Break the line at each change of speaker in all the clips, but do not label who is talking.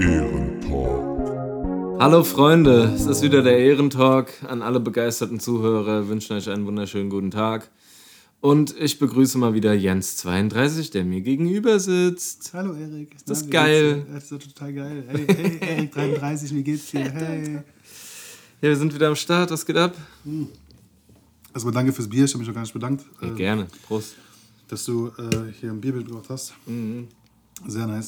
Ehrentalk.
Hallo Freunde, es ist wieder der Ehrentalk. An alle begeisterten Zuhörer wünschen euch einen wunderschönen guten Tag. Und ich begrüße mal wieder Jens32, der mir gegenüber sitzt.
Hallo Erik.
Das ist geil.
Das ist so total geil. Hey Erik 33, wie geht's dir? Hey.
Ja, wir sind wieder am Start, was geht ab?
Erstmal danke fürs Bier, ich habe mich noch gar nicht bedankt.
Ja, gerne, Prost.
Dass du hier ein Bierbild gebracht hast.
Mhm.
Sehr nice.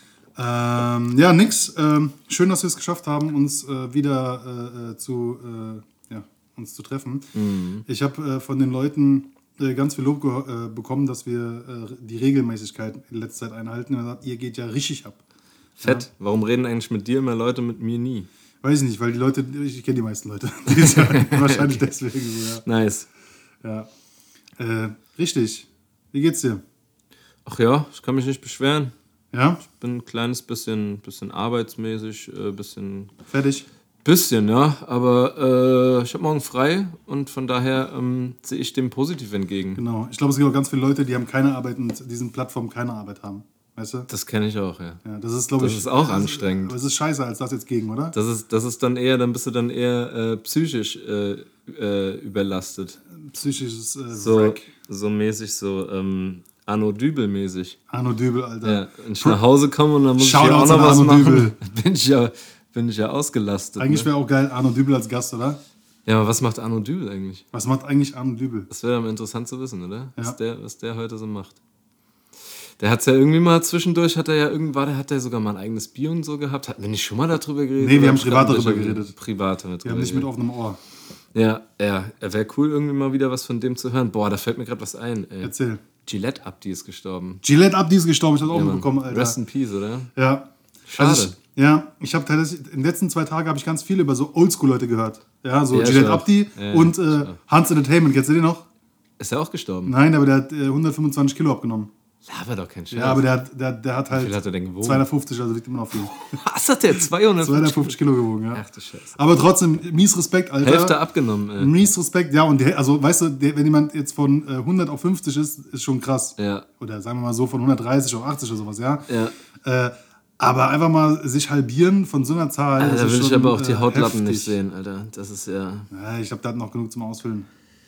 Ja, nix. Schön, dass wir es geschafft haben, uns wieder uns zu treffen.
Mhm.
Ich habe von den Leuten ganz viel Lob bekommen, dass wir die Regelmäßigkeit in letzter Zeit einhalten. Ihr geht ja richtig ab.
Fett.
Ja.
Warum reden eigentlich mit dir immer Leute, mit mir nie?
Weiß ich nicht, weil die Leute, ich kenne die meisten Leute. Wahrscheinlich okay. Deswegen so, ja.
Nice.
Ja. Richtig. Wie geht's dir?
Ach ja, ich kann mich nicht beschweren.
Ja?
Ich bin ein kleines bisschen arbeitsmäßig,
Fertig?
Bisschen, ja. Aber ich habe morgen frei und von daher sehe ich dem positiv entgegen.
Genau. Ich glaube, es gibt auch ganz viele Leute, die haben keine Arbeit und diesen Plattformen keine Arbeit haben. Weißt du?
Das kenne ich auch, ja.
Ja, das ist, glaube ich.
Das ist auch anstrengend.
Aber es ist scheiße, als das jetzt gegen, oder?
Das ist dann eher, dann bist du dann eher psychisch überlastet.
Psychisches
So mäßig, so Arno Dübel-mäßig.
Arno Dübel, Alter.
Ja, wenn ich nach Hause komme und dann muss
Shoutouts
ich hier auch noch was
Arno
machen,
Dübel.
bin ich ja ausgelastet.
Eigentlich
ne?
wäre auch geil, Arno Dübel als Gast, oder?
Ja, aber was macht Arno Dübel eigentlich?
Was macht eigentlich Arno Dübel?
Das wäre dann interessant zu wissen, oder?
Ja.
Was der heute so macht. Der hat es ja irgendwie mal zwischendurch, hat er sogar mal ein eigenes Bier und so gehabt. Hatten wir nicht schon mal darüber geredet?
Nee, wir haben privat darüber geredet.
Privat haben wir
Wir haben nicht mit offenem Ohr.
Ja, wäre cool, irgendwie mal wieder was von dem zu hören. Boah, da fällt mir gerade was ein, ey.
Erzähl.
Gillette Abdi ist gestorben.
Gillette Abdi ist gestorben, ich habe das auch
Mann.
mitbekommen, Alter.
Rest in Peace, oder?
Ja.
Schade.
Also ich habe tatsächlich, in den letzten 2 Tagen habe ich ganz viel über so Oldschool-Leute gehört. Ja, so
Ja,
Gillette
ich auch.
Abdi
Ja,
und
ich auch.
Hans Entertainment, kennst du den noch?
Ist er auch gestorben?
Nein, aber der hat 125 Kilo abgenommen.
Laber doch kein Scheiß.
Ja, aber der hat halt
Wie viel hat er denn gewogen?
250, also liegt immer noch viel.
Was hat der?
250 Kilo gewogen, ja.
Ach du Scheiße.
Aber trotzdem, mies Respekt, Alter.
Hälfte abgenommen, ey.
Mies Respekt, ja. Und also, weißt du, wenn jemand jetzt von 100 auf 50 ist schon krass.
Ja.
Oder sagen wir mal so, von 130 auf 80 oder sowas, ja.
Ja.
Aber einfach mal sich halbieren von so einer Zahl.
Alter,
das
da
ist
will ich
schon,
aber auch die Hautlappen
heftig.
nicht sehen, Alter. Das ist ja...
Ja, ich glaube, da hat noch genug zum Ausfüllen.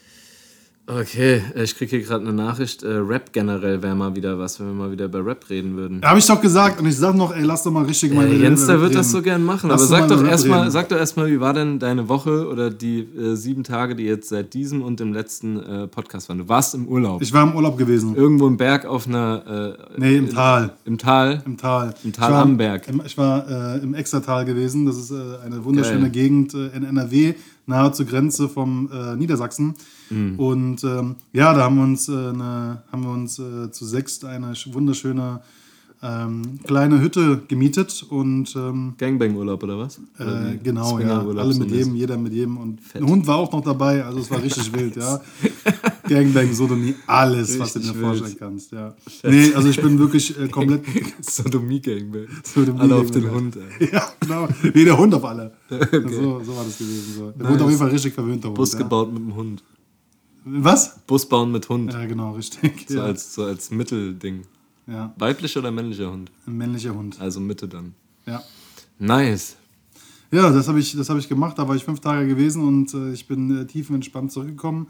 Okay, ich krieg hier gerade eine Nachricht. Rap generell wäre mal wieder was, wenn wir mal wieder über Rap reden würden.
Da habe ich doch gesagt. Und ich sag noch, ey, lass doch mal richtig mal
Jens, der
reden.
wird das so gern machen.
Lass
Aber
doch mal über Rap
sag doch erstmal, wie war denn deine Woche oder die 7 Tage, die jetzt seit diesem und dem letzten Podcast waren? Du warst im Urlaub.
Ich war im Urlaub gewesen.
Irgendwo im Berg auf einer...
Nee, im Tal.
Im Tal?
Im Tal.
Im Tal am Berg.
Ich war im Exertal gewesen. Das ist eine wunderschöne
Geil.
Gegend in NRW, nahe zur Grenze vom Niedersachsen. Und ja, da haben wir uns zu 6 eine wunderschöne kleine Hütte gemietet und
Gangbang-Urlaub oder was? Oder wie?
genau, ja,
Swingerurlaub
alle mit
sind
jedem, jeder mit jedem und
Fett.
ein Hund war auch noch dabei, also es war richtig wild, ja. Gangbang, Sodomie, alles, was du dir
Richtig
vorstellen
wild.
kannst, ja. Nee, also ich bin wirklich komplett
Sodomie-Gangbang.
Sodomie
Alle auf
Gangbang.
den Hund, ey.
ja, genau, nee, der Hund auf alle.
Okay.
So war das gewesen. So. Der
Nice.
wurde auf jeden Fall richtig verwöhnt, der Hund.
Bus
ja.
gebaut mit dem Hund.
Was?
Bus bauen mit Hund.
Ja, genau, richtig.
So,
Ja.
als Mittelding.
Ja,
Weiblicher oder männlicher Hund?
ein männlicher Hund.
Also Mitte dann.
Ja.
Nice.
Ja, das hab ich gemacht. Da war ich 5 Tage gewesen und ich bin tiefenentspannt zurückgekommen.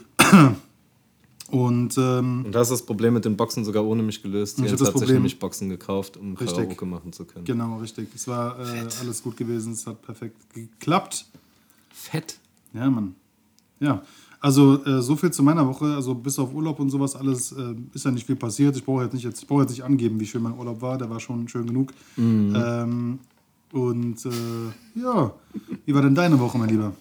Und
Und da ist das Problem mit den Boxen sogar ohne mich gelöst.
Ich hab
Jens
das
hat sich
Problem-
nämlich Boxen gekauft, um
Richtig.
Karaoke machen zu können.
genau, richtig. Es war alles gut gewesen. Es hat perfekt geklappt.
Fett.
Ja, Mann. Ja. Also so viel zu meiner Woche. Also bis auf Urlaub und sowas alles ist ja nicht viel passiert. Ich brauche jetzt nicht angeben, wie schön mein Urlaub war. Der war schon schön genug. Ja, wie war denn deine Woche, mein Lieber?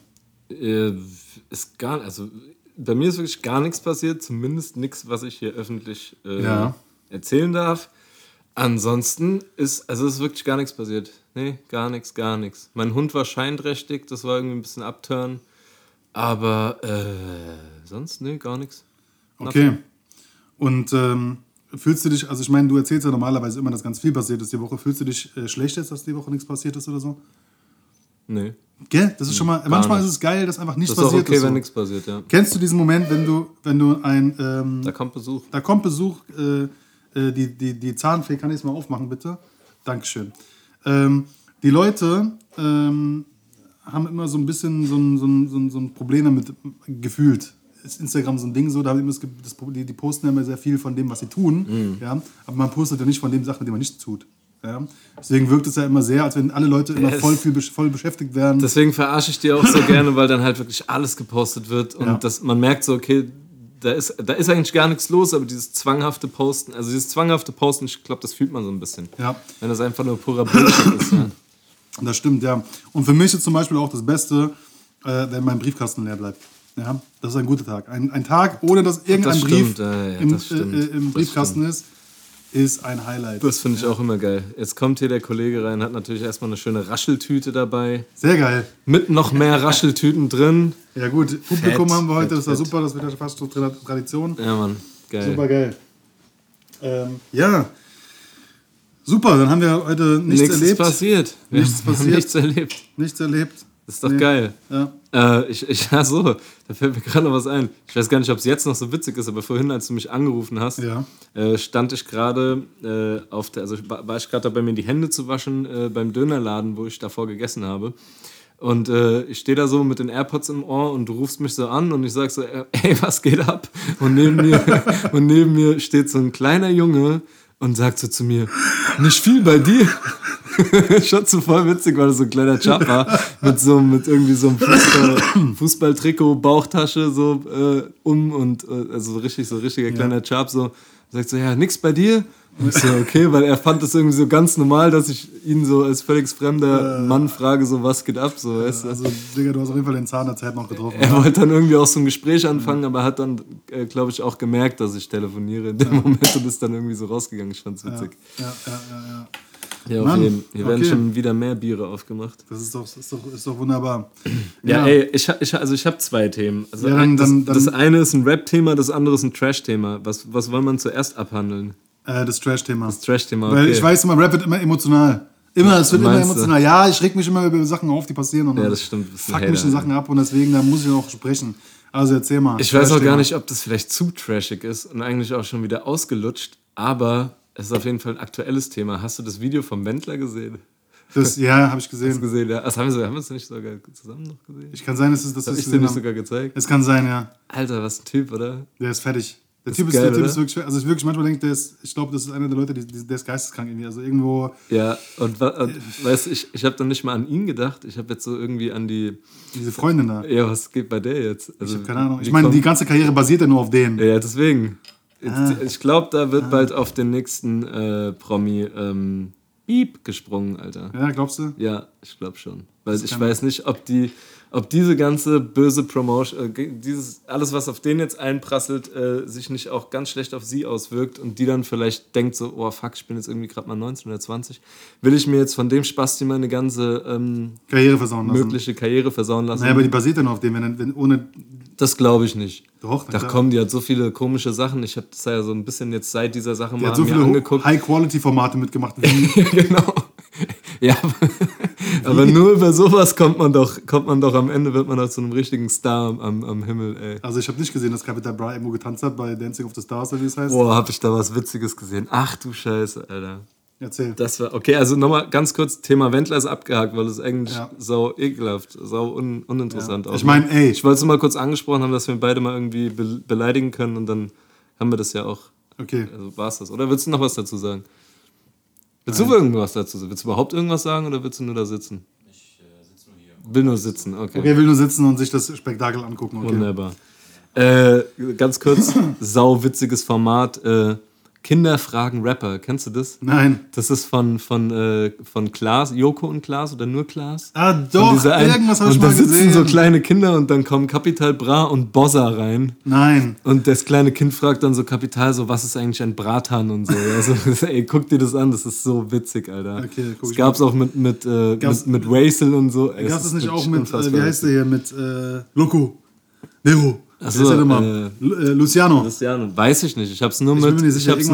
Also bei mir ist wirklich gar nichts passiert, zumindest nichts, was ich hier öffentlich
Ja.
erzählen darf. Ansonsten ist wirklich gar nichts passiert. Nee, gar nichts. Mein Hund war scheinträchtig, das war irgendwie ein bisschen Upturn. Aber sonst, nee, gar nichts.
Okay. Und fühlst du dich, also ich meine, du erzählst ja normalerweise immer, dass ganz viel passiert ist die Woche. Fühlst du dich schlecht jetzt, dass die Woche nichts passiert ist oder so?
Nee.
Gell? Das ist schon mal, manchmal
nicht.
ist es geil, dass einfach nichts
Das ist auch
passiert
okay,
ist.
wenn
So.
nichts passiert, ja.
Kennst du diesen Moment, wenn du ein...
Da kommt Besuch.
Da kommt Besuch, die Zahnfee, kann ich es mal aufmachen, bitte? Dankeschön. Die Leute haben immer so ein bisschen so ein Problem damit gefühlt. Ist Instagram so ein Ding so, da habe ich immer die posten ja immer sehr viel von dem, was sie tun, ja, aber man postet ja nicht von den Sachen, die man nicht tut. Ja. Deswegen wirkt es ja immer sehr, als wenn alle Leute immer voll beschäftigt werden.
Deswegen verarsche ich die auch so gerne, weil dann halt wirklich alles gepostet wird und man merkt so, okay, da ist eigentlich gar nichts los, aber dieses zwanghafte Posten, ich glaube, das fühlt man so ein bisschen. Ja. Wenn das einfach nur purer Bullshit ist. Ja.
Das stimmt, ja. Und für mich ist zum Beispiel auch das Beste, wenn mein Briefkasten leer bleibt. Ja, das ist ein guter Tag. Ein Tag, ohne dass irgendein Brief im Briefkasten ist ein Highlight.
Das finde ich auch immer geil. Jetzt kommt hier der Kollege rein, hat natürlich erstmal eine schöne Rascheltüte dabei.
Sehr geil.
Mit noch mehr Rascheltüten drin.
Ja gut, Publikum haben wir heute, das war super, das wird ja fast so Tradition.
Ja Mann, geil.
Super geil. Ja, super, dann haben wir heute nichts erlebt.
Nichts erlebt.
Nichts erlebt.
Das ist doch geil. Ja. Da fällt mir gerade noch was ein. Ich weiß gar nicht, ob es jetzt noch so witzig ist, aber vorhin, als du mich angerufen hast, stand ich gerade war ich gerade dabei, mir die Hände zu waschen beim Dönerladen, wo ich davor gegessen habe. Und ich stehe da so mit den AirPods im Ohr und du rufst mich so an und ich sag so, ey, was geht ab? Und neben mir steht so ein kleiner Junge und sagt so zu mir, nicht viel bei dir. Schon so voll witzig, weil das so ein kleiner Chap war, mit irgendwie so einem Fußballtrikot, Bauchtasche so und also so richtiger kleiner Chap so. Sagt so, ja, nix bei dir? Und ich so, okay, weil er fand das irgendwie so ganz normal, dass ich ihn so als völlig fremder Mann frage, so, was geht ab, so, weißt du?
Also, Digga, du hast auf jeden Fall den Zahnarzt noch getroffen.
Er wollte dann irgendwie auch so ein Gespräch anfangen, aber hat dann, glaube ich, auch gemerkt, dass ich telefoniere in dem Moment und ist dann irgendwie so rausgegangen. Ich fand's witzig. Ja. Ja, auf jeden Fall. Hier werden schon wieder mehr Biere aufgemacht.
Das ist doch wunderbar.
Ja, ey, ich hab zwei Themen. Also das eine ist ein Rap-Thema, das andere ist ein Trash-Thema. Was wollen wir zuerst abhandeln?
Das Trash-Thema.
Okay.
Weil ich weiß immer, Rap wird immer emotional. Es wird immer emotional. Ja, ich reg mich immer über Sachen auf, die passieren. Und
das stimmt.
Fuck mich in Sachen ab und deswegen, da muss ich auch sprechen. Also erzähl mal.
Ich weiß auch gar nicht, ob das vielleicht zu trashig ist und eigentlich auch schon wieder ausgelutscht, aber es ist auf jeden Fall ein aktuelles Thema. Hast du das Video vom Wendler gesehen?
Ja, habe ich gesehen.
Hast du gesehen, ja. Haben wir es nicht sogar zusammen noch gesehen?
Ich kann sein, dass es
ich dir nicht sogar gezeigt?
Es kann sein, ja.
Alter, was ein Typ, oder?
Der ist fertig. Der Typ ist wirklich, also ich wirklich manchmal denke, ich glaube, das ist einer der Leute, der ist geisteskrank irgendwie, also irgendwo...
Ja, und weißt du, ich habe dann nicht mal an ihn gedacht, ich habe jetzt so irgendwie an
diese Freundin da.
Ja, was geht bei der jetzt? Also,
ich habe keine Ahnung, ich meine, die ganze Karriere basiert ja nur auf dem.
Ja, deswegen. Ich glaube, da wird bald auf den nächsten Promi Beep gesprungen, Alter.
Ja, glaubst du?
Ja, ich glaube schon. Weil ich weiß nicht, ob diese ganze böse Promotion, alles, was auf den jetzt einprasselt, sich nicht auch ganz schlecht auf sie auswirkt und die dann vielleicht denkt so, oh fuck, ich bin jetzt irgendwie gerade mal 19 oder 20. Will ich mir jetzt von dem Spasti meine ganze mögliche Karriere versauen lassen?
Naja, aber die basiert ja nur auf dem, wenn ohne...
Das glaube ich nicht.
Doch,
da kommen die halt so viele komische Sachen. Ich habe das ja so ein bisschen jetzt seit dieser Sache
mal so viele
angeguckt.
High-Quality-Formate mitgemacht.
Genau. Ja, aber nur über sowas kommt man doch am Ende, wird man doch zu einem richtigen Star am Himmel, ey.
Also ich habe nicht gesehen, dass Capital Bra irgendwo getanzt hat bei Dancing of the Stars, oder wie es heißt.
Boah, habe ich da was Witziges gesehen. Ach du Scheiße, Alter.
Erzähl.
Das war, okay, also nochmal ganz kurz, Thema Wendler ist abgehakt, weil es eigentlich sau ekelhaft, sau uninteressant aussieht.
Ich meine, ey.
Ich wollte es mal kurz angesprochen haben, dass wir beide mal irgendwie beleidigen können und dann haben wir das ja auch.
Okay.
Also war's das. Oder willst du noch was dazu sagen? Willst du irgendwas dazu sagen? Willst du überhaupt irgendwas sagen oder willst du nur da sitzen?
Ich sitze nur hier.
Will nur sitzen, okay.
Okay, will nur sitzen und sich das Spektakel angucken. Okay.
Wunderbar. Ganz kurz, sau witziges Format. Kinder fragen Rapper. Kennst du das?
Nein.
Das ist von Klaas, Joko und Klaas oder nur Klaas?
Ah, doch, irgendwas habe ich mal gesehen. Und da
sitzen so kleine Kinder und dann kommen Capital Bra und Bozza rein.
Nein.
Und das kleine Kind fragt dann so Capital so, was ist eigentlich ein Bratan und so. Also, ey, guck dir das an, das ist so witzig, Alter.
Okay,
das gab's auch mit Waisel und so.
Gab's es nicht auch mit, wie heißt der hier, mit Loco, Nero?
Achso,
Luciano.
Weiß ich nicht. Ich hab's nur mit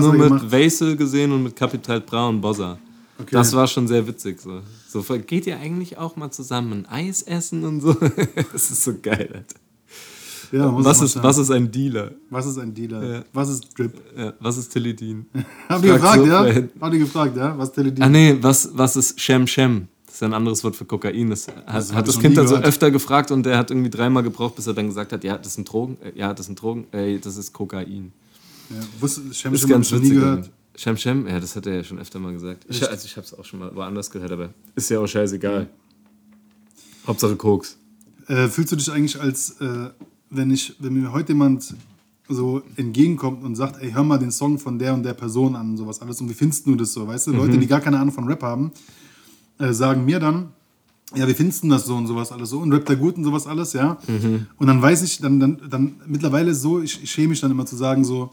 Waisel gesehen und mit Capital Bra und Bozza. Okay. Das war schon sehr witzig. So geht ihr eigentlich auch mal zusammen ein Eis essen und so? Das ist so geil, Alter.
Ja, muss
was
man
ist,
sagen.
was ist ein Dealer?
Was ist ein Dealer?
Ja.
Was ist Drip?
Ja, was ist Teledin?
Habt ihr
Frag
gefragt,
so
ja?
vorhin.
Habt ihr gefragt, ja? Was Teledin?
Ah nee, was ist Shem Shem? Das ist ja ein anderes Wort für Kokain. Das
hab
hat
ich
das
noch
Kind
nie
dann so
gehört.
öfter gefragt und der hat irgendwie 3-mal gebraucht, bis er dann gesagt hat, ja, das sind Drogen. Ja, das sind Drogen. Ey, das ist Kokain.
Ja, wusste, Shem
Das ist
Shem hab
ganz
ich noch nie
witzig.
gehört.
Shem Shem, ja, das hat er ja schon öfter mal gesagt. Ich habe es auch schon mal woanders gehört, aber ist ja auch scheißegal. Hauptsache Koks.
Fühlst du dich eigentlich als, wenn mir heute jemand so entgegenkommt und sagt, ey, hör mal den Song von der und der Person an und sowas alles und wie findest du das so, weißt du? Leute, die gar keine Ahnung von Rap haben, sagen mir dann, ja, wie findest du das so und sowas alles so und rappt der gut und sowas alles, ja? Und dann weiß ich, dann mittlerweile so, ich schäme mich dann immer zu sagen so,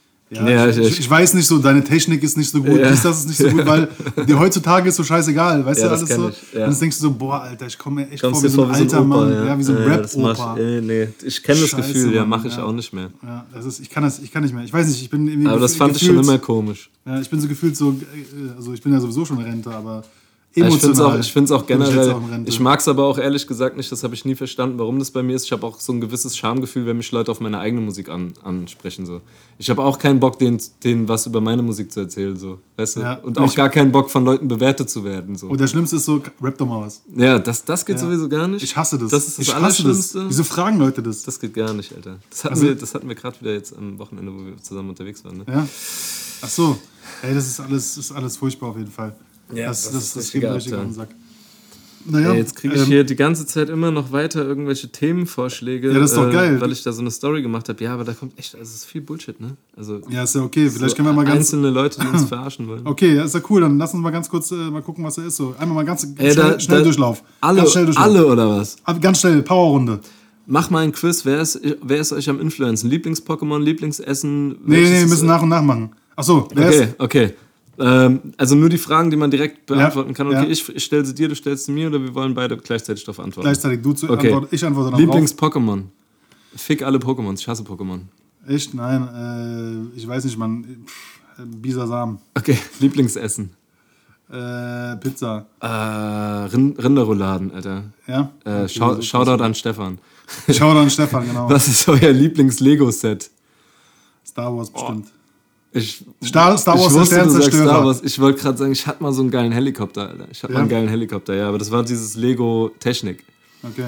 ja, ich weiß nicht so, deine Technik ist nicht so gut, das ist nicht so gut, weil dir heutzutage ist so scheißegal, weißt du, alles so.
ich, ja.
Und dann denkst du so, boah, Alter, ich komme mir echt
Kommst
vor wie so ein alter
Opa,
Mann,
ja.
wie so ein
das mach
Rap-Opa.
Nee, ich kenne das
Scheiße,
Gefühl, ja,
Mann,
mache ich
ja.
auch nicht mehr.
Ja, ich kann nicht mehr. Ich weiß nicht, ich bin irgendwie
Aber das fand ich schon immer komisch.
Ja, ich bin so gefühlt so, also ich bin ja sowieso schon Rente, aber
Ja,
emotional.
ich finde es auch
bin ich jetzt
generell,
auch in Rente.
ich mag es aber auch ehrlich gesagt nicht, das habe ich nie verstanden, warum das bei mir ist. Ich habe auch so ein gewisses Schamgefühl, wenn mich Leute auf meine eigene Musik ansprechen. So. Ich habe auch keinen Bock, denen was über meine Musik zu erzählen. So. Weißt du?
Ja,
und auch gar keinen Bock, von Leuten bewertet zu werden. So.
Und das Schlimmste ist so, rap doch mal was.
Ja, das geht sowieso gar nicht.
Ich hasse das.
Das ist das
ich hasse
Allerschlimmste.
das. Wieso fragen Leute das?
Das geht gar nicht, Alter. Das hatten wir gerade wieder jetzt am Wochenende, wo wir zusammen unterwegs waren. Ne?
Ja. Ach so. Ey, das ist alles furchtbar auf jeden Fall.
Ja,
das
das
geht
richtiger
mir richtig auf
Abturn.
den Sack. Naja,
Ey, jetzt kriege ich hier die ganze Zeit immer noch weiter irgendwelche Themenvorschläge.
Ja, das ist doch geil.
Weil ich da so eine Story gemacht habe. Ja, aber da kommt echt, also es ist viel Bullshit, ne? Also
Ja, ist ja okay. Vielleicht
so
können wir mal ganz.
einzelne Leute, die uns verarschen wollen.
Okay, ja, ist ja cool. Dann lass uns mal ganz kurz mal gucken, was da ist. So. Einmal mal ganz
Ey,
schnell Durchlauf.
Alle,
Ganz schnell Durchlauf.
alle oder was?
Aber ganz schnell, Powerrunde.
Mach mal ein Quiz. Wer ist euch am Influenzen? Lieblings-Pokémon, Lieblingsessen?
Nee,
welches
wir
ist-
müssen nach und nach machen. Ach so, wer ist.
Okay. Also nur die Fragen, die man direkt beantworten kann. Okay,
ja.
ich stelle sie dir, du stellst sie mir oder wir wollen beide gleichzeitig darauf antworten?
Gleichzeitig du
Okay.
ich antworte dann
Lieblings-Pokémon. Fick alle Pokémons, ich hasse Pokémon.
drauf. Echt? Nein, ich weiß nicht, Mann. Bisasam.
Okay, Lieblingsessen.
Pizza.
Rinderrouladen, Alter.
Ja?
Shoutout an Stefan.
Schau dann Stefan, genau.
Was ist euer Lieblings-Lego-Set?
Star Wars bestimmt.
Star
Wars, der
du sagst
Sternzerstörer.
Star Wars. Ich wollte gerade sagen, ich hatte mal so einen geilen Helikopter, Alter. Ich hatte
Ja?
mal einen geilen Helikopter, ja, aber das war dieses Lego-Technik.
Okay.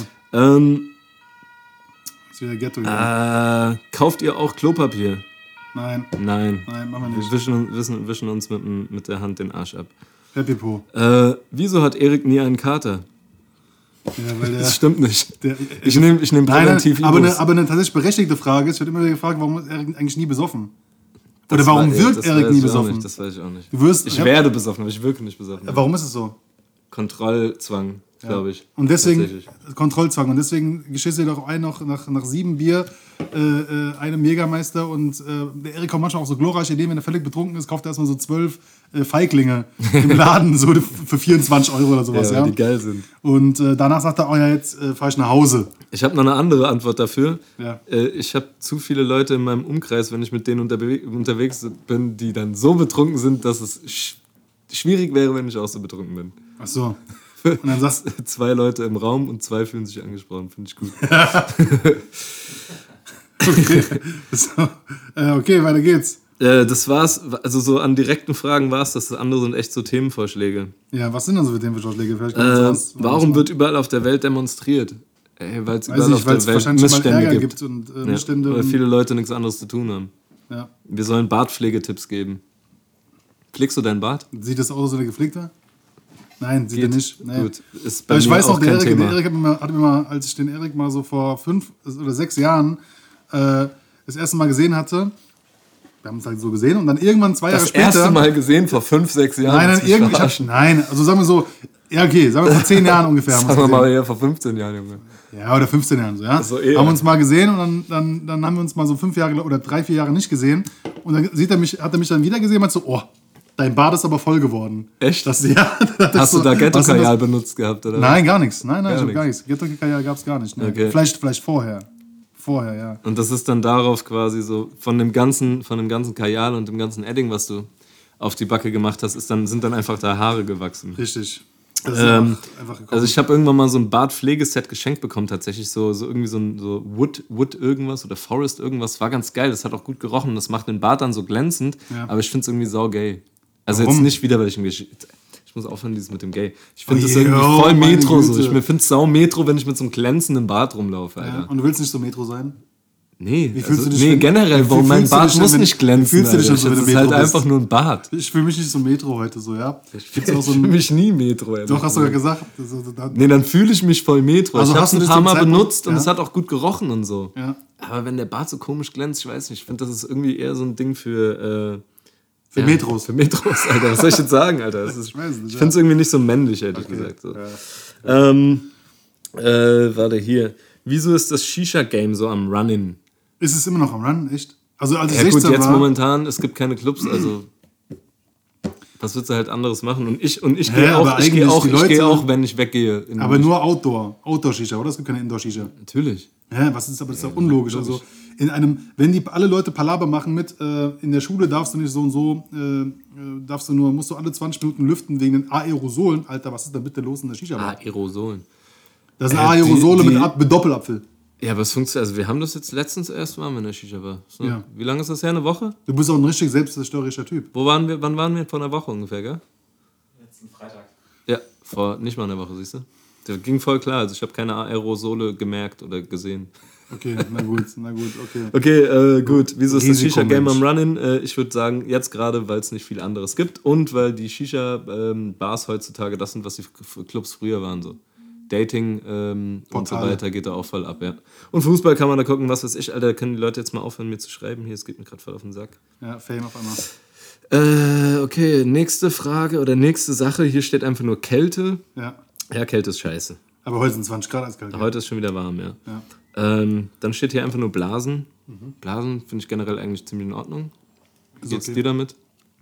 Ist wieder Ghetto hier.
Kauft ihr auch Klopapier?
Nein,
Nein.
machen wir nicht.
Wir wischen uns mit der Hand den Arsch ab.
Happy Po.
Wieso hat Erik nie einen Kater?
Ja, weil
Das stimmt nicht.
der,
Ich nehm
nein,
präventiv
aber
Ibus.
eine tatsächlich berechtigte Frage ist, ich werde immer wieder gefragt, warum ist Erik eigentlich nie besoffen? Oder
Das
warum
war-
wirkt
das
Erik
weiß
nie
ich auch
besoffen?
nicht, das weiß ich auch nicht.
Du wirst,
Ich
ja,
werde besoffen, aber ich wirke nicht besoffen.
Warum ist es so?
Kontrollzwang, glaube ich.
Und deswegen,
Tatsächlich.
Kontrollzwang, und deswegen geschießt dir doch ein noch nach 7 Bier einem Jägermeister und der Erik kommt manchmal auch so glorreiche Ideen, wenn er völlig betrunken ist, kauft er erstmal so 12 Feiglinge im Laden, so für 24 € oder sowas.
Ja,
Ja,
die geil sind.
Und danach sagt er, oh ja, jetzt fahre ich nach Hause.
Ich habe noch eine andere Antwort dafür.
Ja.
Ich habe zu viele Leute in meinem Umkreis, wenn ich mit denen unterwegs bin, die dann so betrunken sind, dass es schwierig wäre, wenn ich auch so betrunken bin.
Ach so. Und dann sagst
2 Leute im Raum und 2 fühlen sich angesprochen. Finde ich gut.
okay, so, okay, weiter geht's.
Das war's. Also so an direkten Fragen war's. Das andere sind echt so Themenvorschläge.
Ja, was sind denn so für Themenvorschläge? Vielleicht können wir uns
Warum wird überall auf der Welt demonstriert? Weil es
Weiß
überall
ich,
auf
weil
der
es
Welt
wahrscheinlich mal
Missstände
Ärger
gibt.
gibt und
Ja,
Missstände.
weil
Und,
viele Leute nichts anderes zu tun haben.
ja.
Wir sollen Bartpflegetipps geben. Pflegst du deinen Bart?
Sieht das aus, so eine gepflegte? Nein, sieht er nicht. Nee.
Gut. Ist bei
Aber ich
mir
weiß
auch
noch, der
kein
Erik,
Thema.
hat mir mal, als ich den Erik mal so vor 5 oder 6 Jahren das erste Mal gesehen hatte, wir haben uns halt so gesehen und dann irgendwann 2 Jahre
Das
später.
erste Mal gesehen vor 5, 6 Jahren.
Nein,
Willst
nein,
du mich
irgendwie.
verarschen?
Nein, also sagen wir so, ja, okay, sagen wir vor 10 Jahren ungefähr. haben wir
Sagen
uns
wir mal
gesehen.
eher vor 15 Jahren, Junge.
Ja, oder 15 Jahren so, ja.
So eher.
Haben uns mal gesehen und dann haben wir uns mal so 5 Jahre oder 3, 4 Jahre nicht gesehen. Und dann hat er mich dann wieder gesehen und meint so, oh, dein Bart ist aber voll geworden.
Echt?
Das, ja, das
Hast
so,
du da
was sind
Ghetto-Kajal
das?
benutzt gehabt, oder?
Nein, gar nichts. Nein,
Gar
ich hab
nichts.
gar nichts. Ghetto-Kajal gab es gar nicht. Ne.
Okay.
Vielleicht vorher. Vorher, ja.
Und das ist dann darauf quasi so, von dem ganzen Kajal und dem ganzen Edding, was du auf die Backe gemacht hast, sind dann einfach da Haare gewachsen.
Richtig. Das ist einfach gekommen.
Also ich habe irgendwann mal so ein Bartpflegeset geschenkt bekommen, tatsächlich so irgendwie so Wood irgendwas oder Forest irgendwas, war ganz geil, das hat auch gut gerochen, das macht den Bart dann so glänzend, aber ich finde es irgendwie saugay. Also
Warum?
jetzt nicht wieder, weil ich muss aufhören, dieses mit dem Gay. Ich finde das
Oh,
irgendwie voll
meine
Metro so.
Güte.
Ich finde es sau Metro, wenn ich mit so einem glänzenden Bart rumlaufe, Alter.
Ja. Und du willst nicht so Metro sein?
Nee,
Wie fühlst du dich,
nee,
wenn-
generell,
wie
warum mein
fühlst du
Bart
dich denn,
muss
wenn-
nicht
wie
glänzen,
fühlst du dich
Alter.
denn so, wenn
Das
du
ist halt
Metro bist?
einfach nur ein Bart.
Ich fühle mich nicht so Metro heute so, ja. Gibt's auch so
Ich fühle
ein,
mich nie Metro, ehrlich
doch, hast du ja
gesagt.
gesagt.
Nee, dann fühle ich mich voll Metro.
Also
ich
hast
habe
du
ein
das
paar
zum
Mal
Zeitpunkt-
benutzt und
ja.
es hat auch gut gerochen und so.
Ja.
Aber wenn der Bart so komisch glänzt, ich weiß nicht. Ich finde, das ist irgendwie eher so ein Ding für
Metros.
Für Metros, Alter. Was soll ich jetzt sagen, Alter? Das ist,
Ich weiß nicht,
ich
ja.
finde es irgendwie nicht so männlich, ehrlich gesagt. So.
Ja.
Warte, hier. Wieso ist das Shisha-Game so am Running?
Ist es immer noch am Run, echt? Also als ich
Ja
16
gut, jetzt
war,
momentan, es gibt keine Clubs, also was willst du halt anderes machen? Und ich
Hä,
gehe
aber
auch, ich
eigentlich
gehe auch,
die
ich gehe
Leute-
auch, wenn ich weggehe.
aber nur Outdoor-Shisha, oder? Es gibt keine Indoor-Shisha.
Natürlich.
Hä, was ist aber, das ist ja unlogisch. Also in einem, wenn die alle Leute Palaber machen mit, in der Schule darfst du nicht so und so, musst du alle 20 Minuten lüften wegen den Aerosolen. Alter, was ist da bitte los in der Shisha-Bar?
Aerosolen.
Das sind
die-
Aerosole
die-
mit Doppelapfel.
Ja, aber es funktioniert, also wir haben das jetzt letztens erst mal in der Shisha-Bar. So.
Ja.
Wie lange ist das her? Eine Woche?
Du bist auch ein richtig selbstzerstörerischer Typ.
Wann waren wir? Vor einer Woche ungefähr, gell?
Letzten Freitag.
Ja, vor nicht mal einer Woche, siehst du? Der ging voll klar, also ich habe keine Aerosole gemerkt oder gesehen.
Okay, na gut, okay.
Okay, gut. Wieso ist das Shisha-Game
Risikomensch.
am Running? Ich würde sagen, jetzt gerade, weil es nicht viel anderes gibt und weil die Shisha-Bars heutzutage das sind, was die Clubs früher waren. So. Dating und so
Portale.
weiter geht da auch voll ab, ja. Und Fußball kann man da gucken, was weiß ich, Alter, können die Leute jetzt mal aufhören, mir zu schreiben? Hier, es geht mir gerade voll auf den Sack.
Ja, Fame auf einmal.
Okay, nächste Frage oder nächste Sache. Hier steht einfach nur Kälte.
Ja.
Ja, Kälte ist scheiße.
Aber heute sind 20 Grad eiskalt.
Heute ist schon wieder warm, ja.
Ja.
Dann steht hier einfach nur Blasen. Blasen finde ich generell eigentlich ziemlich in Ordnung. Wie
Ist
geht's
okay.
dir damit?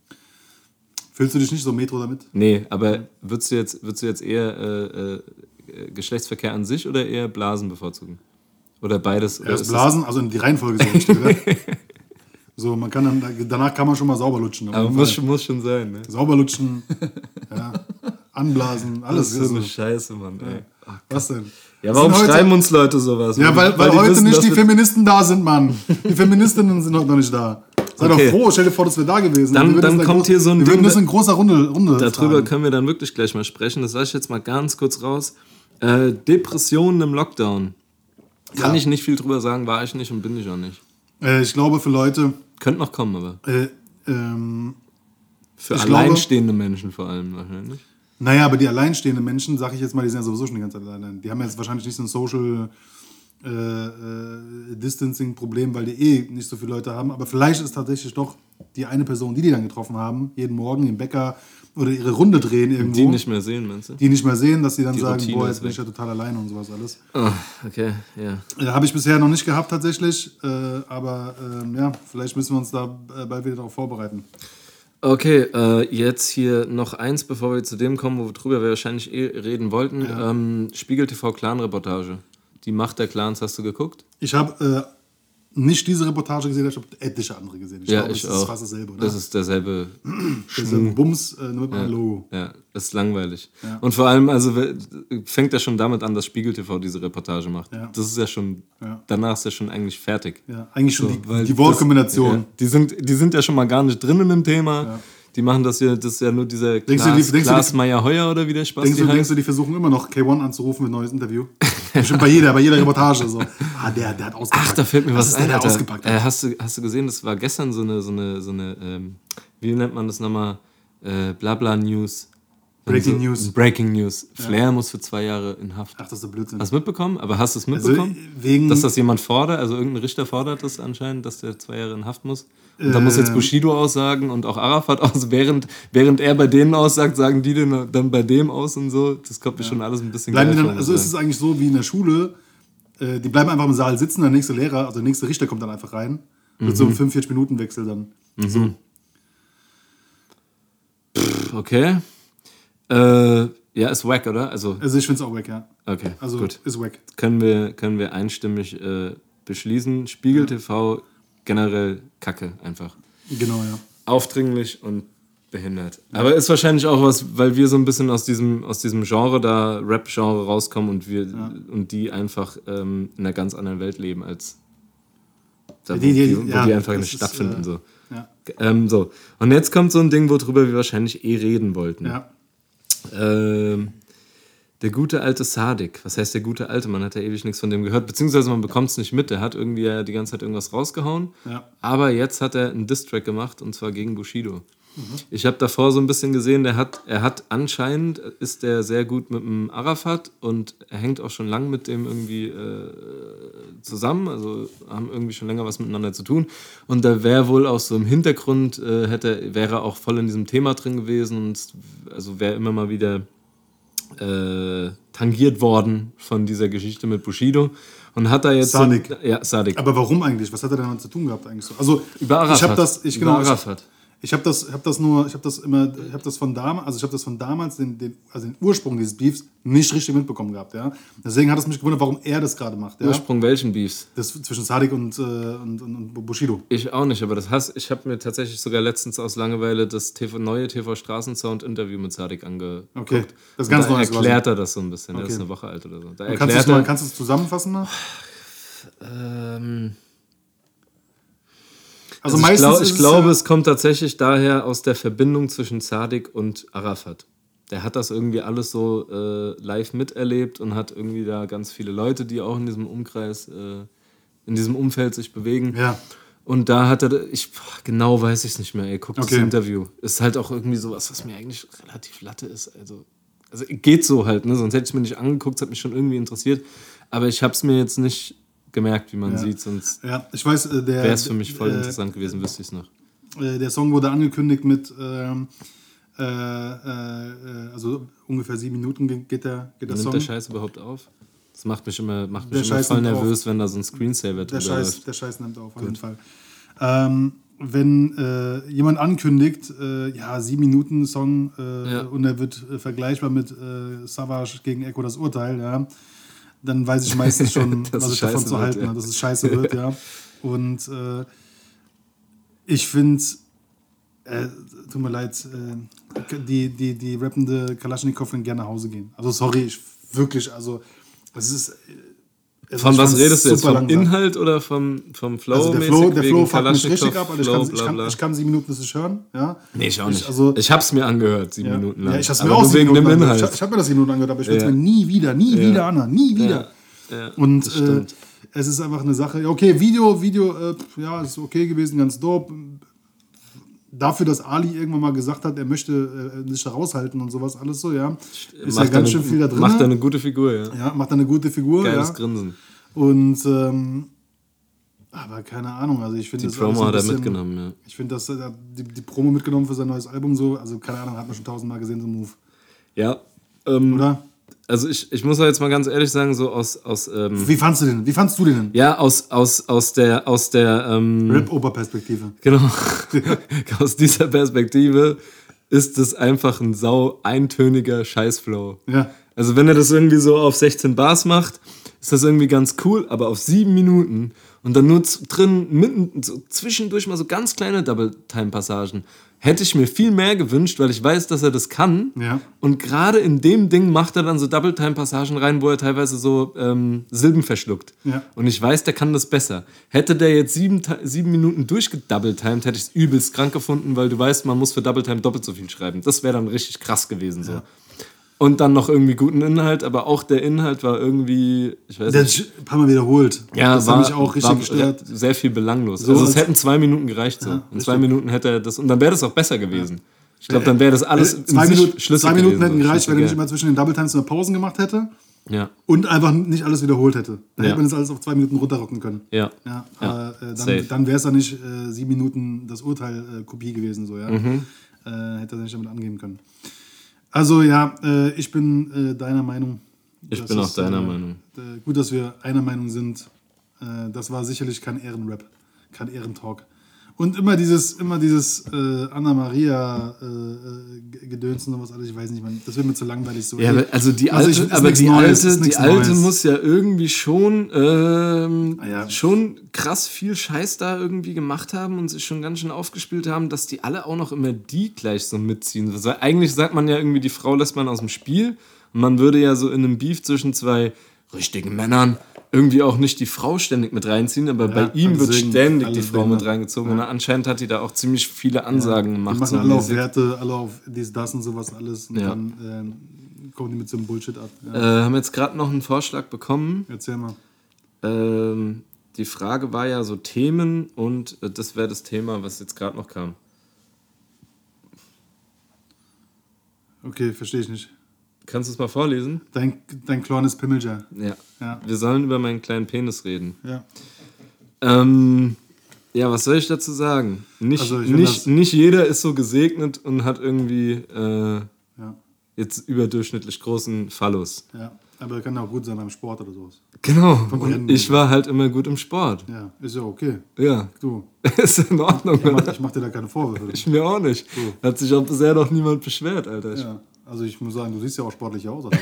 Fühlst du dich nicht so Metro damit?
Nee, aber würdest du jetzt eher Geschlechtsverkehr an sich oder eher Blasen bevorzugen? Oder beides? Oder
Erst
ist
Blasen, also in die Reihenfolge so richtig, oder? So, man kann dann, danach kann man schon mal sauber lutschen. auf
aber
jeden
muss
Fall.
schon sein, ne?
Sauber lutschen, ja, anblasen, alles.
Das ist so eine
so.
Scheiße, Mann, ey.
Was denn?
Ja,
Das
warum
sind heute-
schreiben uns Leute sowas?
Ja, weil
die
heute
wissen,
nicht
dass
die
wir-
Feministen da sind, Mann. Die Feministinnen sind heute noch nicht da. Sei
Okay.
doch froh, stell dir vor, das wäre da gewesen.
Dann-
Wir würden
dann
das
kommt hier so ein
Wir würden
Ding,
das in großer Runde
Darüber
tragen.
können wir dann wirklich gleich mal sprechen. Das sage ich jetzt mal ganz kurz raus. Depressionen im Lockdown. Kann
Ja.
ich nicht viel drüber sagen, war ich nicht und bin ich auch nicht.
Ich glaube, für Leute,
Könnte noch kommen, aber für
Ich glaube-
alleinstehende Menschen vor allem wahrscheinlich.
naja, aber die alleinstehenden Menschen, sag ich jetzt mal, die sind ja sowieso schon die ganze Zeit allein. Die haben jetzt wahrscheinlich nicht so ein Social Distancing-Problem, weil die nicht so viele Leute haben. Aber vielleicht ist tatsächlich doch die eine Person, die dann getroffen haben, jeden Morgen im Bäcker oder ihre Runde drehen irgendwo,
Die nicht mehr sehen, meinst du?
die nicht mehr sehen, dass sie dann
Die
sagen,
Routine
boah,
ist
jetzt bin ich
weg.
ja total alleine und sowas alles.
Oh, okay, ja.
Habe ich bisher noch nicht gehabt tatsächlich, aber ja, vielleicht müssen wir uns da bald wieder darauf vorbereiten.
Okay, jetzt hier noch eins, bevor wir zu dem kommen, worüber wir wahrscheinlich reden wollten. Spiegel TV Clan-Reportage. Die Macht der Clans, hast du geguckt?
Ich habe nicht diese Reportage gesehen, ich habe etliche andere gesehen. Ich glaube,
ich
das
auch.
ist fast dasselbe, oder?
Das ist derselbe
Derselbe Bums nur mit einem Logo.
Ja, das ist langweilig.
Ja.
Und vor allem, also fängt ja schon damit an, dass Spiegel TV diese Reportage macht.
Ja.
Das ist ja schon,
Ja.
danach ist ja schon eigentlich fertig.
Ja, eigentlich schon
Weil
die Wortkombination.
Das, ja, die sind ja schon mal gar nicht drin in dem Thema.
Ja.
Die machen das hier, das ist ja nur dieser
Denkst du, die-
Klaas Meyer-Heuer oder wie der Spaß
Denkst du, die versuchen immer noch K1 anzurufen mit neues Interview? Bestimmt bei jeder Reportage so. Der hat ausgepackt.
Ach, da fällt mir was
ist
ein,
der
Alter.
ausgepackt hat.
Hast du gesehen, das war gestern so eine wie nennt man das nochmal? Blabla-News.
Breaking News.
Breaking News. Flair muss für 2 Jahre in Haft.
Ach, das ist der Blödsinn.
Hast du mitbekommen? Aber hast du es
Also,
mitbekommen?
wegen,
Dass das jemand fordert, also irgendein Richter fordert das anscheinend, dass der 2 Jahre in Haft muss. Und da muss jetzt Bushido aussagen und auch Arafat aus. Während er bei denen aussagt, sagen die dann bei dem aus und so. Das kommt mir schon alles ein bisschen
bleiben die
geil
dann,
vor,
also
muss
ist
ich
es
sagen.
eigentlich so wie in der Schule, die bleiben einfach im Saal sitzen, der nächste Lehrer, also der nächste Richter kommt dann einfach rein. Mit so einem 45-Minuten-Wechsel dann. So.
Okay. Ja, ist wack, oder? Also
Also ich finde es auch wack, ja.
okay,
Also
gut.
ist wack.
Können wir einstimmig beschließen. Spiegel TV generell Kacke einfach.
Genau, ja.
Aufdringlich und behindert. Aber ist wahrscheinlich auch was, weil wir so ein bisschen aus diesem Genre da, Rap-Genre rauskommen und und die einfach in einer ganz anderen Welt leben als da, wo die einfach nicht stattfinden. So. Ja. So. Und jetzt kommt so ein Ding, worüber wir wahrscheinlich reden wollten.
Ja.
Der gute alte Sadik. Was heißt der gute alte? Man hat ja ewig nichts von dem gehört. Beziehungsweise man bekommt es nicht mit. Der hat irgendwie ja die ganze Zeit irgendwas rausgehauen. Ja. Aber jetzt hat er einen Diss-Track gemacht und zwar gegen Bushido. Ich habe davor so ein bisschen gesehen, er hat anscheinend, ist der sehr gut mit dem Arafat und er hängt auch schon lange mit dem irgendwie zusammen, also haben irgendwie schon länger was miteinander zu tun und da wäre wohl auch so im Hintergrund, wäre er auch voll in diesem Thema drin gewesen und also wäre immer mal wieder tangiert worden von dieser Geschichte mit Bushido und hat da jetzt
Sadik.
Sadik.
Aber warum eigentlich? Was hat er damit zu tun gehabt eigentlich so? Also
über Arafat.
Über Arafat. Ich habe das von damals, den Ursprung dieses Beefs nicht richtig mitbekommen gehabt, ja. Deswegen hat es mich gewundert, warum er das gerade macht. Ja?
Ursprung welchen Beefs?
Das zwischen Sadik und Bushido.
Ich auch nicht, aber ich habe mir tatsächlich sogar letztens aus Langeweile das neue TV Straßensound Interview mit Sadik angeguckt.
Okay, das ist ganz neu.
Erklärt er das so ein bisschen, okay. Das ist eine Woche alt oder so.
Kannst du es zusammenfassen mal?
Also ich glaube, es kommt tatsächlich daher aus der Verbindung zwischen Sadik und Arafat. Der hat das irgendwie alles so live miterlebt und hat irgendwie da ganz viele Leute, die auch in diesem Umkreis, in diesem Umfeld sich bewegen. Ja. Und da hat er, genau weiß ich es nicht mehr, ey, guck das Interview. Ist halt auch irgendwie sowas, was mir eigentlich relativ Latte ist. Also geht so halt, ne? Sonst hätte ich es mir nicht angeguckt, es hat mich schon irgendwie interessiert. Aber ich habe es mir jetzt nicht gemerkt, wie man sieht, sonst
ich weiß,
wäre es für mich voll interessant gewesen, wüsste ich es noch.
Der Song wurde angekündigt mit also ungefähr 7 Minuten geht der Song.
Nimmt der Scheiß überhaupt auf? Das macht mich immer voll nervös, wenn da so ein Screensaver drüber läuft. Der
Scheiß nimmt auf jeden Fall. Wenn jemand ankündigt, 7 Minuten Song und er wird vergleichbar mit Savage gegen Echo das Urteil, ja, dann weiß ich meistens schon, was ich davon zu halten habe, dass es scheiße wird, ja. Und ich finde, tut mir leid, die rappende Kalaschnikow kann gerne nach Hause gehen. Also sorry, es ist...
Von was redest du jetzt? Vom langsam. Inhalt oder vom Flow?
Also der Flow fuckt mich richtig ab, also ich kann 7 Minuten nicht hören. Ja?
Nee, ich auch nicht. Ich hab's mir angehört, 7 Minuten lang.
Ja, ich hab's mir auch 7 Minuten angehört. Ich hab mir das 7 Minuten angehört, aber ich will es mir nie wieder anhören. Nie wieder. Ja, und es ist einfach eine Sache. Okay, Video, ist okay gewesen, ganz dope. Dafür, dass Ali irgendwann mal gesagt hat, er möchte sich da raushalten und sowas alles so, ja. Ist ja ganz schön viel da drin.
Macht er eine gute Figur, ja.
Ja, macht er eine gute Figur.
Geiles Grinsen.
Und, aber keine Ahnung, also ich finde
das. Die Promo hat er mitgenommen, ja.
Ich finde, dass er die Promo mitgenommen für sein neues Album so, also keine Ahnung, hat man schon 1000-mal gesehen, so ein Move.
Ja.
Oder?
Also ich muss jetzt mal ganz ehrlich sagen, so aus
Wie fandst du den denn?
Ja, aus der
Rap-Oper-Perspektive.
Genau. Aus dieser Perspektive ist es einfach ein eintöniger Scheißflow.
Ja.
Also wenn er das irgendwie so auf 16 Bars macht, ist das irgendwie ganz cool, aber auf 7 Minuten und dann nur mitten so zwischendurch mal so ganz kleine Double-Time-Passagen. Hätte ich mir viel mehr gewünscht, weil ich weiß, dass er das kann.
Ja.
Und gerade in dem Ding macht er dann so Double-Time-Passagen rein, wo er teilweise so Silben verschluckt.
Ja.
Und ich weiß, der kann das besser. Hätte der jetzt 7 Minuten durchgedouble-timed, hätte ich es übelst krank gefunden, weil du weißt, man muss für Double-Time doppelt so viel schreiben. Das wäre dann richtig krass gewesen. So. Ja. Und dann noch irgendwie guten Inhalt, aber auch der Inhalt war irgendwie, ich weiß nicht.
Ein paar Mal wiederholt.
Ja,
das hat mich auch richtig gestört.
Sehr viel belanglos. So, also es hätten 2 Minuten gereicht so. In 2 Minuten hätte er das, und dann wäre das auch besser gewesen. Ja. Ich glaube, dann wäre das alles
schlüssig 2 Minuten hätten gereicht, wenn er nicht immer zwischen den Double Times eine Pausen gemacht hätte.
Ja.
Und einfach nicht alles wiederholt hätte. Dann hätte man das alles auf 2 Minuten runterrocken können.
Ja.
Dann wäre es dann nicht 7 Minuten das Urteil Kopie gewesen. So, ja. Hätte er nicht damit angehen können. Also ja, ich bin deiner Meinung.
Ich bin auch deiner Meinung.
Gut, dass wir einer Meinung sind. Das war sicherlich kein Ehrenrap, kein Ehrentalk. Und immer dieses Anna-Maria-Gedöns und sowas alles, ich weiß nicht, das wird mir zu langweilig so.
Ja, also die alte muss ja irgendwie schon krass viel Scheiß da irgendwie gemacht haben und sich schon ganz schön aufgespielt haben, dass die alle auch noch immer die gleich so mitziehen. Also eigentlich sagt man ja irgendwie, die Frau lässt man aus dem Spiel und man würde ja so in einem Beef zwischen zwei richtigen Männern irgendwie auch nicht die Frau ständig mit reinziehen, aber bei ihm wird ständig die Frau mit reingezogen. Und anscheinend hat die da auch ziemlich viele Ansagen gemacht.
Die machen alle auf Werte, alle auf dies, das und sowas alles. Und dann kommen die mit so einem Bullshit ab. Ja.
Haben jetzt gerade noch einen Vorschlag bekommen.
Erzähl mal.
Die Frage war ja so Themen und das wäre das Thema, was jetzt gerade noch kam.
Okay, verstehe ich nicht.
Kannst du es mal vorlesen?
Dein kleines Pimmelger.
Ja. Wir sollen über meinen kleinen Penis reden.
Ja.
Ja, was soll ich dazu sagen? Nicht jeder ist so gesegnet und hat irgendwie jetzt überdurchschnittlich großen Phallus.
Ja, aber kann auch gut sein beim Sport oder sowas.
Genau, und ich war halt immer gut im Sport.
Ja, ist ja okay.
Ja.
Du.
Ist in Ordnung.
Ich mach dir da keine Vorwürfe.
Ich mir auch nicht.
So.
Hat sich auch bisher noch niemand beschwert, Alter.
Ja. Also ich muss sagen, du siehst ja auch sportlich aus. Oder?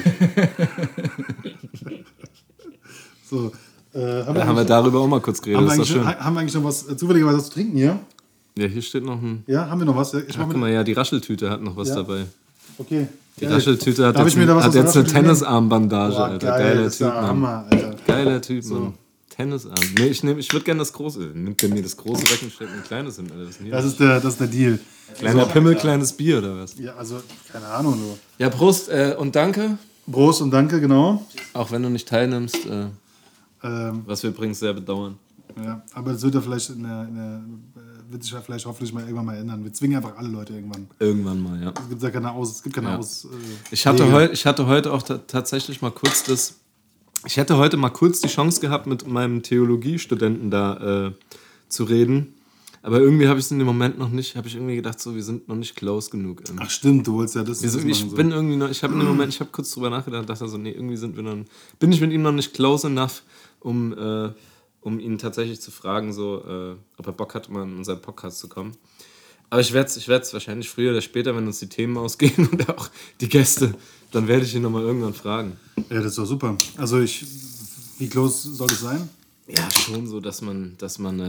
So,
haben wir darüber auch mal kurz geredet.
Haben wir eigentlich noch was zufälligerweise zu trinken hier?
Ja, hier steht noch ein...
Ja, haben wir noch was?
Guck mal, die Rascheltüte hat noch was dabei.
Okay.
Die Rascheltüte hat jetzt eine Tennisarmbandage, Alter.
Geil,
Geiler Typ, Mann.
Hammer, Alter.
Geiler Typ, Mann. Tennisarm. Nee, ich würde gerne das große. Nimmt der mir das große weg und stellt ein kleines hin, Alter.
Das ist der Deal.
Kleiner Pimmel, kleines Bier, oder was?
Ja, also, keine Ahnung. So.
Ja, Prost und danke.
Prost und danke, genau.
Auch wenn du nicht teilnimmst, was wir übrigens sehr bedauern.
Ja, aber das wird ja vielleicht wird sich ja vielleicht hoffentlich mal irgendwann mal ändern. Wir zwingen einfach alle Leute irgendwann.
Irgendwann mal, ja.
Es gibt ja keine
Ich hatte heute auch tatsächlich mal kurz ich hätte heute mal kurz die Chance gehabt, mit meinem Theologiestudenten da zu reden. Aber irgendwie habe ich es in dem Moment noch nicht, habe ich irgendwie gedacht, so, wir sind noch nicht close genug.
Ach stimmt, du wolltest ja das machen.
Ich habe kurz drüber nachgedacht, dachte so, nee, irgendwie bin ich mit ihm noch nicht close enough, um ihn tatsächlich zu fragen, so, ob er Bock hat, mal in unseren Podcast zu kommen. Aber ich werde es wahrscheinlich früher oder später, wenn uns die Themen ausgehen und auch die Gäste, dann werde ich ihn nochmal irgendwann fragen.
Ja, das ist doch super. Also wie close soll es sein?
Ja, schon so, dass man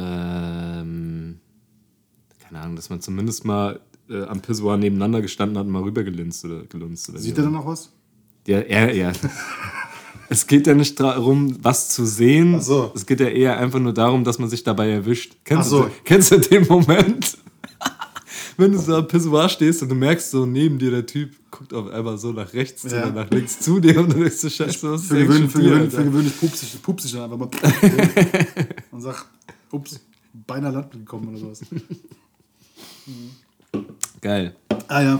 keine Ahnung, dass man zumindest mal am Pissoir nebeneinander gestanden hat und mal rübergelunzt oder
Sieht er dann noch was?
Ja. Es geht ja nicht darum, was zu sehen.
Ach so.
Es geht ja eher einfach nur darum, dass man sich dabei erwischt. Kennst du den Moment? Wenn du so am Pissoir stehst und du merkst so, neben dir der Typ guckt auf einmal so nach rechts oder nach links zu dir und du denkst so, scheiße, was ist
für gewöhnlich pupst ich dann einfach mal und sag, ups, beinahe Land gekommen oder sowas.
Geil.
Ah ja.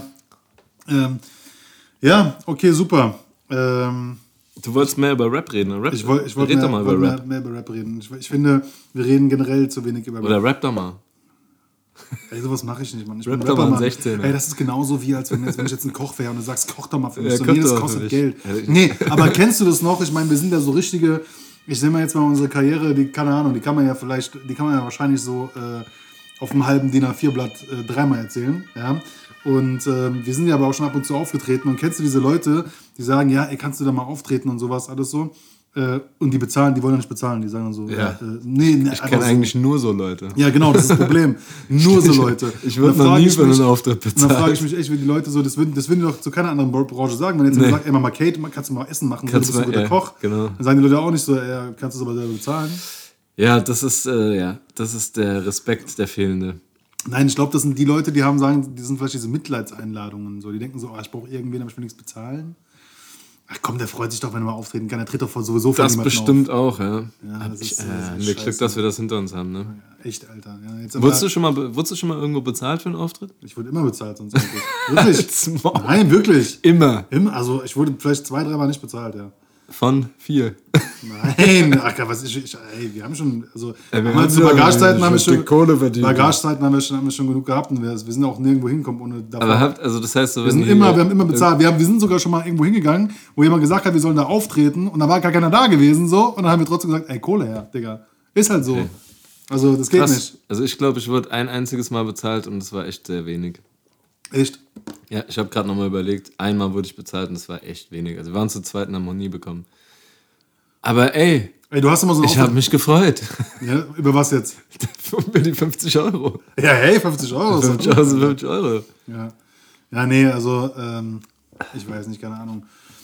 Ja, okay, super.
Du wolltest mehr über Rap reden, oder?
Ich wollte mehr über Rap reden. Ich finde, wir reden generell zu wenig über Rap.
Oder rap doch mal.
Ey, sowas mache ich nicht, Mann. Ich
Rap
bin
doch
Rapper,
mal
Mann.
16.
Ey, das ist genauso wie, als wenn ich jetzt ein Koch wäre und du sagst, koch doch mal für mich.
Ja,
So, nee, das kostet Geld. Nee, aber kennst du das noch? Ich meine, wir sind ja so richtige, ich nehme mal jetzt mal unsere Karriere, keine Ahnung, die kann man ja wahrscheinlich so auf einem halben DIN A4-Blatt dreimal erzählen, ja. Und wir sind ja aber auch schon ab und zu aufgetreten. Und kennst du diese Leute, die sagen, ja, ey, kannst du da mal auftreten und sowas, alles so? Und die wollen ja nicht bezahlen. Die sagen dann so, nee.
Ich kenne eigentlich nur so Leute.
Ja, genau, das ist das Problem. Nur so Leute.
Ich würde noch nie für einen Auftritt bezahlen.
Und dann frage ich mich echt, wie die Leute so, das würden die doch zu keiner anderen Branche sagen. Wenn jetzt jemand sagt, ey, Mama Kate, kannst du mal Essen machen, du bist ein guter Koch. Genau. Dann sagen die Leute auch nicht so, kannst du es aber selber bezahlen.
Ja, das ist der Respekt, der fehlende.
Nein, ich glaube, das sind die Leute, die sind vielleicht diese Mitleidseinladungen. So. Die denken so, ich brauche irgendwen, aber ich will nichts bezahlen. Ach komm, der freut sich doch, wenn er mal auftreten kann. Der tritt doch sowieso für niemanden auf. Das bestimmt
auch, ja. Das ist Glück, dass wir das hinter uns haben, ne?
Ja, echt, Alter. Ja, jetzt
wurdest du schon mal irgendwo bezahlt für einen Auftritt?
Ich wurde immer bezahlt, sonst wirklich. Nein, wirklich.
Immer.
Also ich wurde vielleicht 2-3 Mal nicht bezahlt, ja.
Von 4.
Nein, ach, wir haben schon, also zu Bagagezeiten haben wir schon genug gehabt und wir sind auch nirgendwo hingekommen ohne davon.
Aber das heißt,
wir haben immer bezahlt. Wir sind sogar schon mal irgendwo hingegangen, wo jemand gesagt hat, wir sollen da auftreten und da war gar keiner da gewesen so und dann haben wir trotzdem gesagt, ey, Kohle her, Digga. Ist halt so. Okay. Also das geht
Krass.
nicht.
Also ich glaube, ich wurde ein einziges Mal bezahlt und es war echt sehr wenig.
Echt?
Ja, ich habe gerade nochmal überlegt, einmal wurde ich bezahlt und es war echt wenig. Also wir waren zu zweit und haben noch nie bekommen. Aber ey,
Ey, du hast immer so einen
ich habe mich gefreut.
Ja, über was jetzt?
Für die 50 Euro.
Ja, hey, 50 Euro.
50 Euro sind 50 Euro.
Ja. Ja, nee, also, ich weiß nicht, keine Ahnung.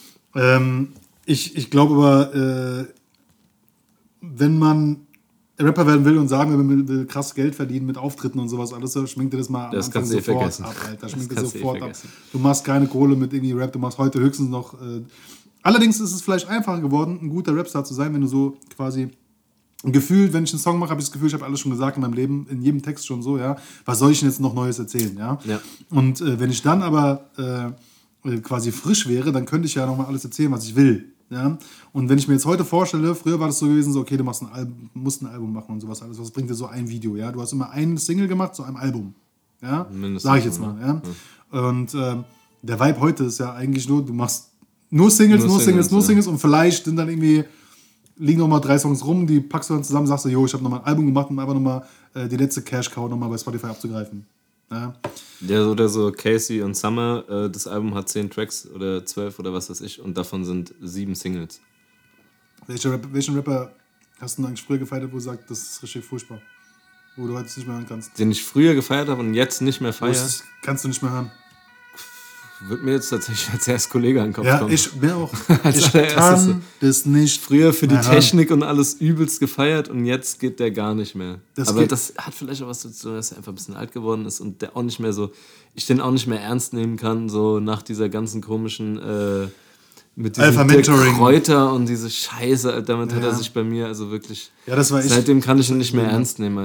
Ich glaube aber, wenn man Rapper werden will und sagen will krass Geld verdienen mit Auftritten und sowas, alles, schminkt dir das mal am
Das
Anfang
kannst du
sofort
vergessen.
ab, Alter.
Das
Schminkt dir
kannst du
sofort ab.
vergessen.
Du machst keine Kohle mit irgendwie Rap, du machst heute höchstens noch. Allerdings ist es vielleicht einfacher geworden, ein guter Rapstar zu sein, wenn du so quasi gefühlt, wenn ich einen Song mache, habe ich das Gefühl, ich habe alles schon gesagt in meinem Leben, in jedem Text schon so, ja. Was soll ich denn jetzt noch Neues erzählen, ja?
Ja.
Und wenn ich dann aber quasi frisch wäre, dann könnte ich ja nochmal alles erzählen, was ich will. Ja? Und wenn ich mir jetzt heute vorstelle, früher war das so gewesen, so okay, du musst ein Album machen und sowas alles. Was bringt dir so ein Video? Ja? Du hast immer ein Single gemacht zu einem Album. Ja?
Mindestens,
Sag ich jetzt mal. Ja? Und der Vibe heute ist ja eigentlich nur, du machst nur Singles und vielleicht sind dann irgendwie liegen noch mal 3 Songs rum, die packst du dann zusammen, sagst du, jo, ich habe nochmal ein Album gemacht, um einfach nochmal die letzte Cash-Cow nochmal bei Spotify abzugreifen. Ja?
Ja, oder so Casey und Summer, das Album hat 10 Tracks oder 12 oder was weiß ich und davon sind 7 Singles.
Welchen Rapper hast du denn eigentlich früher gefeiert, wo du sagst, das ist richtig furchtbar? Wo du heute nicht mehr hören kannst?
Den ich früher gefeiert habe und jetzt nicht mehr feiere,
Das kannst du nicht mehr hören.
wird mir jetzt tatsächlich als erst Kollege an den Kopf
Ja,
kommen.
ich mir auch.
Als
Ich
allererstes
kann das nicht.
Früher für die
mehr hören.
Technik und alles übelst gefeiert und jetzt geht der gar nicht mehr.
Das
Aber
geht-
das hat vielleicht auch was zu tun, dass er einfach ein bisschen alt geworden ist und der auch nicht mehr so, ich den auch nicht mehr ernst nehmen kann, so nach dieser ganzen komischen, mit diesem Dirk
Alpha-Mentoring.
Kräuter und diese Scheiße, damit hat
Ja.
er sich bei mir also wirklich,
Ja, das war echt.
seitdem kann ich ihn nicht mehr ernst nehmen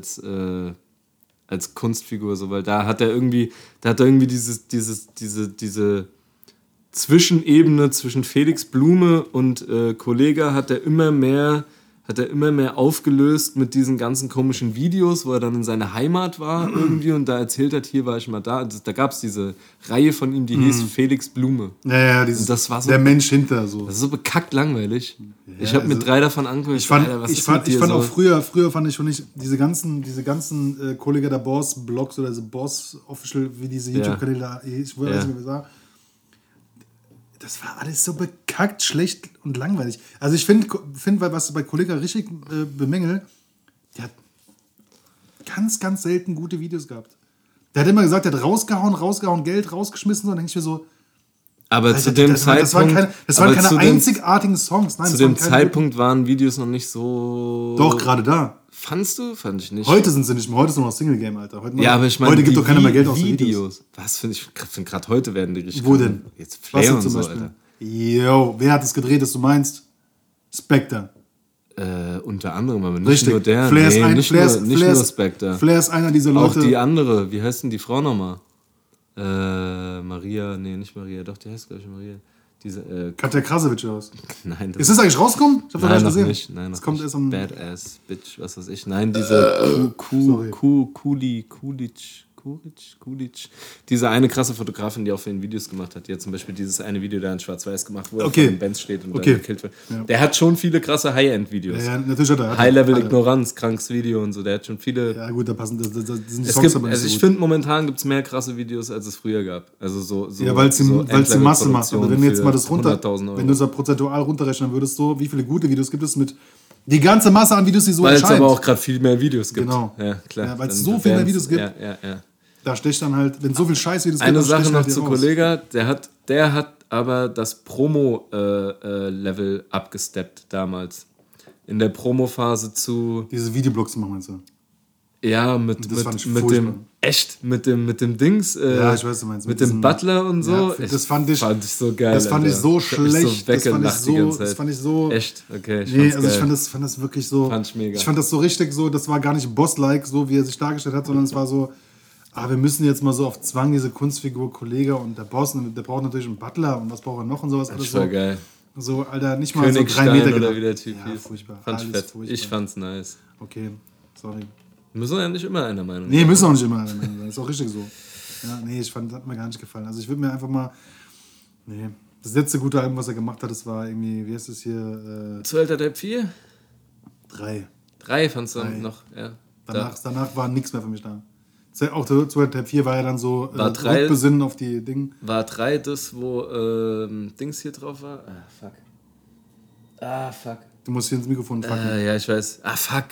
als Kunstfigur, so, weil da hat er irgendwie diese Zwischenebene zwischen Felix Blume und Kollega hat er immer mehr aufgelöst mit diesen ganzen komischen Videos, wo er dann in seiner Heimat war irgendwie und da erzählt hat, hier war ich mal da. Da gab es diese Reihe von ihm, die hieß Felix Blume.
Ja,
Und das war so,
der Mensch hinter so.
das ist so bekackt langweilig. ich
Ja,
habe mir
also
3 davon angeguckt.
Ich fand,
Alter, was
ich
ist
fand,
mit
ich
dir
fand
so?
auch früher fand ich schon nicht diese ganzen Kollega der Boss Blogs oder diese Boss Official, wie diese YouTube-Kanäle da, ich weiß nicht mehr, was war. Das war alles so bekackt, schlecht und langweilig. Also ich finde, was bei Kollega richtig bemängelt, der hat ganz, ganz selten gute Videos gehabt. Der hat immer gesagt, der hat rausgehauen, Geld rausgeschmissen, und dann denke ich mir so,
Aber
Alter,
zu dem
das waren
Zeitpunkt,
keine einzigartigen Songs. Nein,
zu
das
dem
waren keine
Zeitpunkt waren Videos noch nicht so.
guten, doch, gerade da.
Fandst du? Fand ich nicht.
Heute sind sie nicht mehr, heute ist nur noch Single Game, Alter.
Ja, aber ich meine,
heute gibt doch keiner mehr Geld aus den Videos.
Videos. Was finde ich finde gerade heute werden die richtig.
Wo
cool.
denn?
Jetzt
Was
Flair
denn
und
zum
so,
Beispiel?
Alter.
Yo, wer hat es gedreht, dass du meinst? Spectre.
Unter anderem, aber nicht
Richtig.
nur der.
Flair ist
nicht nur Spectre.
Flair ist einer dieser
Auch
Leute.
die andere, wie heißt denn die Frau nochmal? Maria, nee, nicht Maria, doch, die heißt, glaube ich, Maria. Diese,
Katja Krasowitsch aus.
nein,
Ist das eigentlich rausgekommen? Ich hab doch gar
nein,
nicht
noch
gesehen.
nicht. Nein, noch
das kommt
nicht.
erst am.
Badass, Bitch, was weiß ich. Nein, diese Kulic. Diese eine krasse Fotografin, die auch für ihn Videos gemacht hat. Die hat zum Beispiel dieses eine Video da in Schwarz-Weiß gemacht, wo er vor dem Benz steht und dann gekillt wird.
Ja.
Der hat schon viele krasse High-End-Videos.
Ja, natürlich hat er.
High-Level-Ignoranz, krankes Video und so. Der hat schon viele.
Ja, gut, da passen. Das sind die
Es
Songs
gibt,
aber nicht
also
so
ich
gut.
finde, momentan gibt es mehr krasse Videos, als es früher gab. Also so
Ja, weil sie Masse macht. Aber wenn du jetzt mal das runter.
100.000 Euro.
Wenn du das prozentual runterrechnen würdest, so, wie viele gute Videos gibt es mit. Die ganze Masse an Videos, die so
Weil es
erscheint.
aber auch gerade viel mehr Videos gibt.
Genau.
Ja, klar.
Ja, weil es
Dann
so viel mehr
wären's-
Videos gibt.
Ja.
Da stecht dann halt, wenn so viel Scheiß-Videos gibt,
Eine
dann
Sache
stecht
noch
halt
zu
hier raus.
Kollega, der hat aber das Promo-Level abgesteppt damals. In der Promo-Phase zu,
Diese Videoblogs zu machen, meinst du?
ja, mit
Das fand ich
dem,
furchtbar.
mit dem Dings,
Ja, ich weiß, was du meinst.
mit
Mit
dem
diesem-
Butler und so.
Ja, das fand ich
so geil.
Das fand ich
Alter.
so
Ich hab mich
schlecht.
So weggelacht die ganze Zeit.
Das fand ich so.
Echt? Okay.
Nee,
fand's
also ich
geil.
fand das wirklich so.
Fand ich mega.
Ich fand das so richtig so, das war gar nicht Boss-like, so wie er sich dargestellt hat, sondern es war so, wir müssen jetzt mal so auf Zwang diese Kunstfigur Kollege und der Boss, und der braucht natürlich einen Butler und was braucht er noch und sowas. Alles
Das war
so,
geil.
so, Alter, nicht mal so 3
Königstein
Meter
oder
gedacht.
wie der Typ
Ja,
hieß.
furchtbar.
Fand ich
Alles
fett.
furchtbar.
Ich fand's nice.
Okay, sorry.
Müssen wir ja nicht immer einer Meinung
Nee,
sein.
müssen auch nicht immer einer Meinung sein. Ist auch richtig so. Ja, nee, hat mir gar nicht gefallen. Also ich würde mir einfach mal. Nee. Das letzte gute Album, was er gemacht hat, das war irgendwie, wie heißt das hier?
12. der 4?
3.
3 fandst du
3.
noch, ja.
Danach war nichts mehr für mich da. Auch zu Tab 4 war ja dann so
Rückbesinnen
auf die Dinge.
War 3 das, wo Dings hier drauf war? Fuck.
Du musst hier ins Mikrofon fucken.
Ja, ich weiß. Fuck.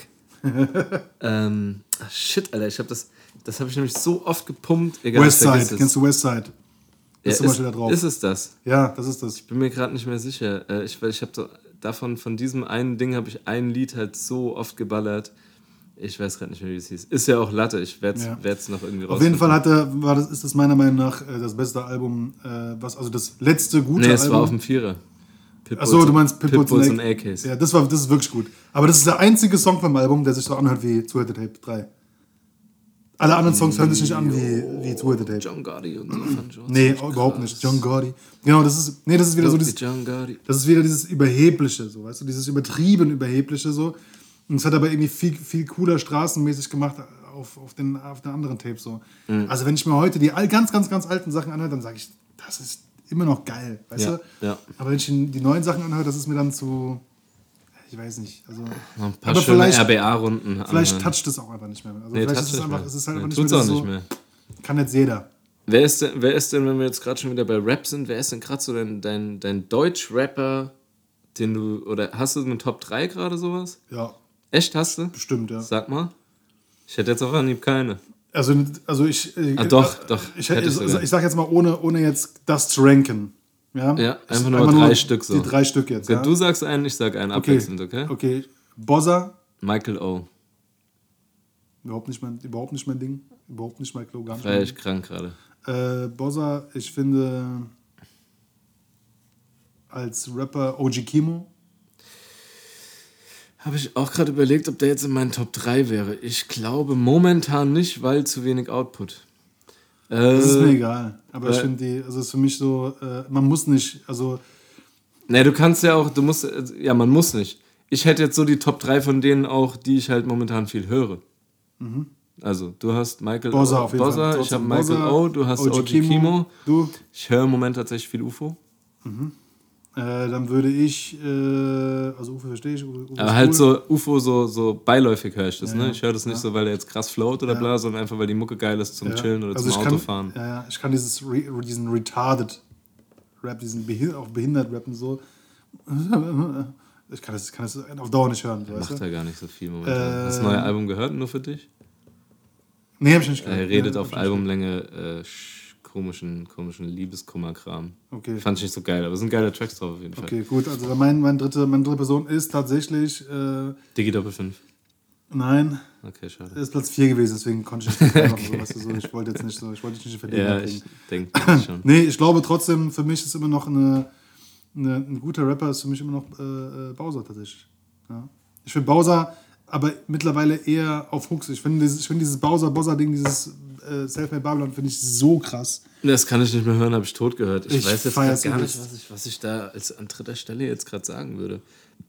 Shit, Alter, das habe ich nämlich so oft gepumpt. Egal,
Westside, kennst du Westside?
Ja,
zum Beispiel da drauf.
Ist es das?
Ja, das ist das.
Ich bin mir gerade nicht mehr sicher. Ich habe so von diesem einen Ding habe ich ein Lied halt so oft geballert. Ich weiß gerade nicht mehr, wie es hieß. Ist ja auch Latte, ich werde es noch irgendwie raus.
Auf jeden Fall ist das meiner Meinung nach das beste Album, also das letzte gute Album.
Nee, es war auf dem 4er.
Achso, du meinst
Pitbulls und AKs.
Ja, das ist wirklich gut. Aber das ist der einzige Song vom Album, der sich so anhört wie Two-Headed Tape 3. Alle anderen Songs hören sich nicht an wie Two-Headed Tape.
John Gotti und so fand ich auch
Nee, überhaupt nicht. John Gotti. Genau, das ist wieder so dieses...
John Gotti.
Das ist wieder dieses Überhebliche, so, weißt du, dieses übertrieben Überhebliche, so. Und es hat aber irgendwie viel, viel cooler straßenmäßig gemacht auf den anderen Tapes, so. Also wenn ich mir heute die ganz, ganz, ganz alten Sachen anhöre, dann sage ich, das ist immer noch geil, weißt du?
Ja.
Aber wenn ich die neuen Sachen anhöre, das ist mir dann zu... Ich weiß nicht. Also,
noch ein paar schöne RBA-Runden.
Vielleicht toucht es auch einfach nicht mehr. Also vielleicht ist es einfach, es ist halt einfach nicht
tut's
mehr
auch
so.
nicht mehr.
Kann jetzt jeder.
Wer ist denn, wenn wir jetzt gerade schon wieder bei Rap sind, wer ist denn gerade so dein Deutsch-Rapper, den du, oder hast du eine Top 3 gerade sowas?
Ja.
Echt, hast du?
Bestimmt, ja.
Sag mal. Ich hätte jetzt auf Anhieb keine.
Also ich...
doch.
Ich sag jetzt mal, ohne jetzt das zu ranken. Ja,
einfach nur 3 Stück so.
Die 3 Stück jetzt, ja.
Du sagst einen, ich sag einen, abwechselnd, okay?
Okay, Bozza.
Michael O.
Überhaupt nicht mein Ding. Überhaupt nicht Michael O, gar nicht.
War ich krank gerade.
Bozza, ich finde als Rapper OG Kimo.
Habe ich auch gerade überlegt, ob der jetzt in meinen Top 3 wäre. Ich glaube momentan nicht, weil zu wenig Output.
Das ist mir egal. Aber ich finde also ist für mich so, man muss nicht, also...
Ne, du kannst ja auch, man muss nicht. Ich hätte jetzt so die Top 3 von denen auch, die ich halt momentan viel höre. Mhm. Also, du hast Michael
Bozza
O.
auf jeden Fall.
Ich habe Michael O. Du hast OG Kimo.
Du?
Ich höre im Moment tatsächlich viel UFO.
Mhm. Dann würde ich, also UFO verstehe ich. UFO
aber halt cool. So UFO so beiläufig höre ich das, ne?
Ja,
Ich höre das nicht so, weil der jetzt krass float oder bla, sondern einfach, weil die Mucke geil ist zum Chillen oder zum Autofahren.
Ich kann diesen retarded Rap, diesen auch behindert Rappen so. Ich kann das auf Dauer nicht hören.
Macht ja gar nicht so viel momentan. Hast du das neue Album gehört, nur für dich?
Nee, hab ich nicht gehört.
Er redet auf Albumlänge komischen Liebeskummerkram.
Okay.
Fand ich nicht so geil, aber es sind geile Tracks drauf auf jeden Fall.
Okay, gut. Also meine dritte Person ist tatsächlich...
Digi Doppel 5.
Nein.
Okay, schade.
Das ist Platz 4 gewesen, deswegen konnte ich nicht machen. Okay. So, ich wollte jetzt nicht in Verlegenheit
bringen. Ja, ich denke schon.
Nee, ich glaube trotzdem, für mich ist immer noch ein guter Rapper ist für mich immer noch Bowser tatsächlich. Ja. Ich finde Bowser aber mittlerweile eher auf Hooks. Ich finde dieses Bowser-Ding, dieses Selfmade Babylon, finde ich so krass.
Das kann ich nicht mehr hören, habe ich tot gehört. Ich weiß jetzt gar nicht, was ich da an dritter Stelle jetzt gerade sagen würde.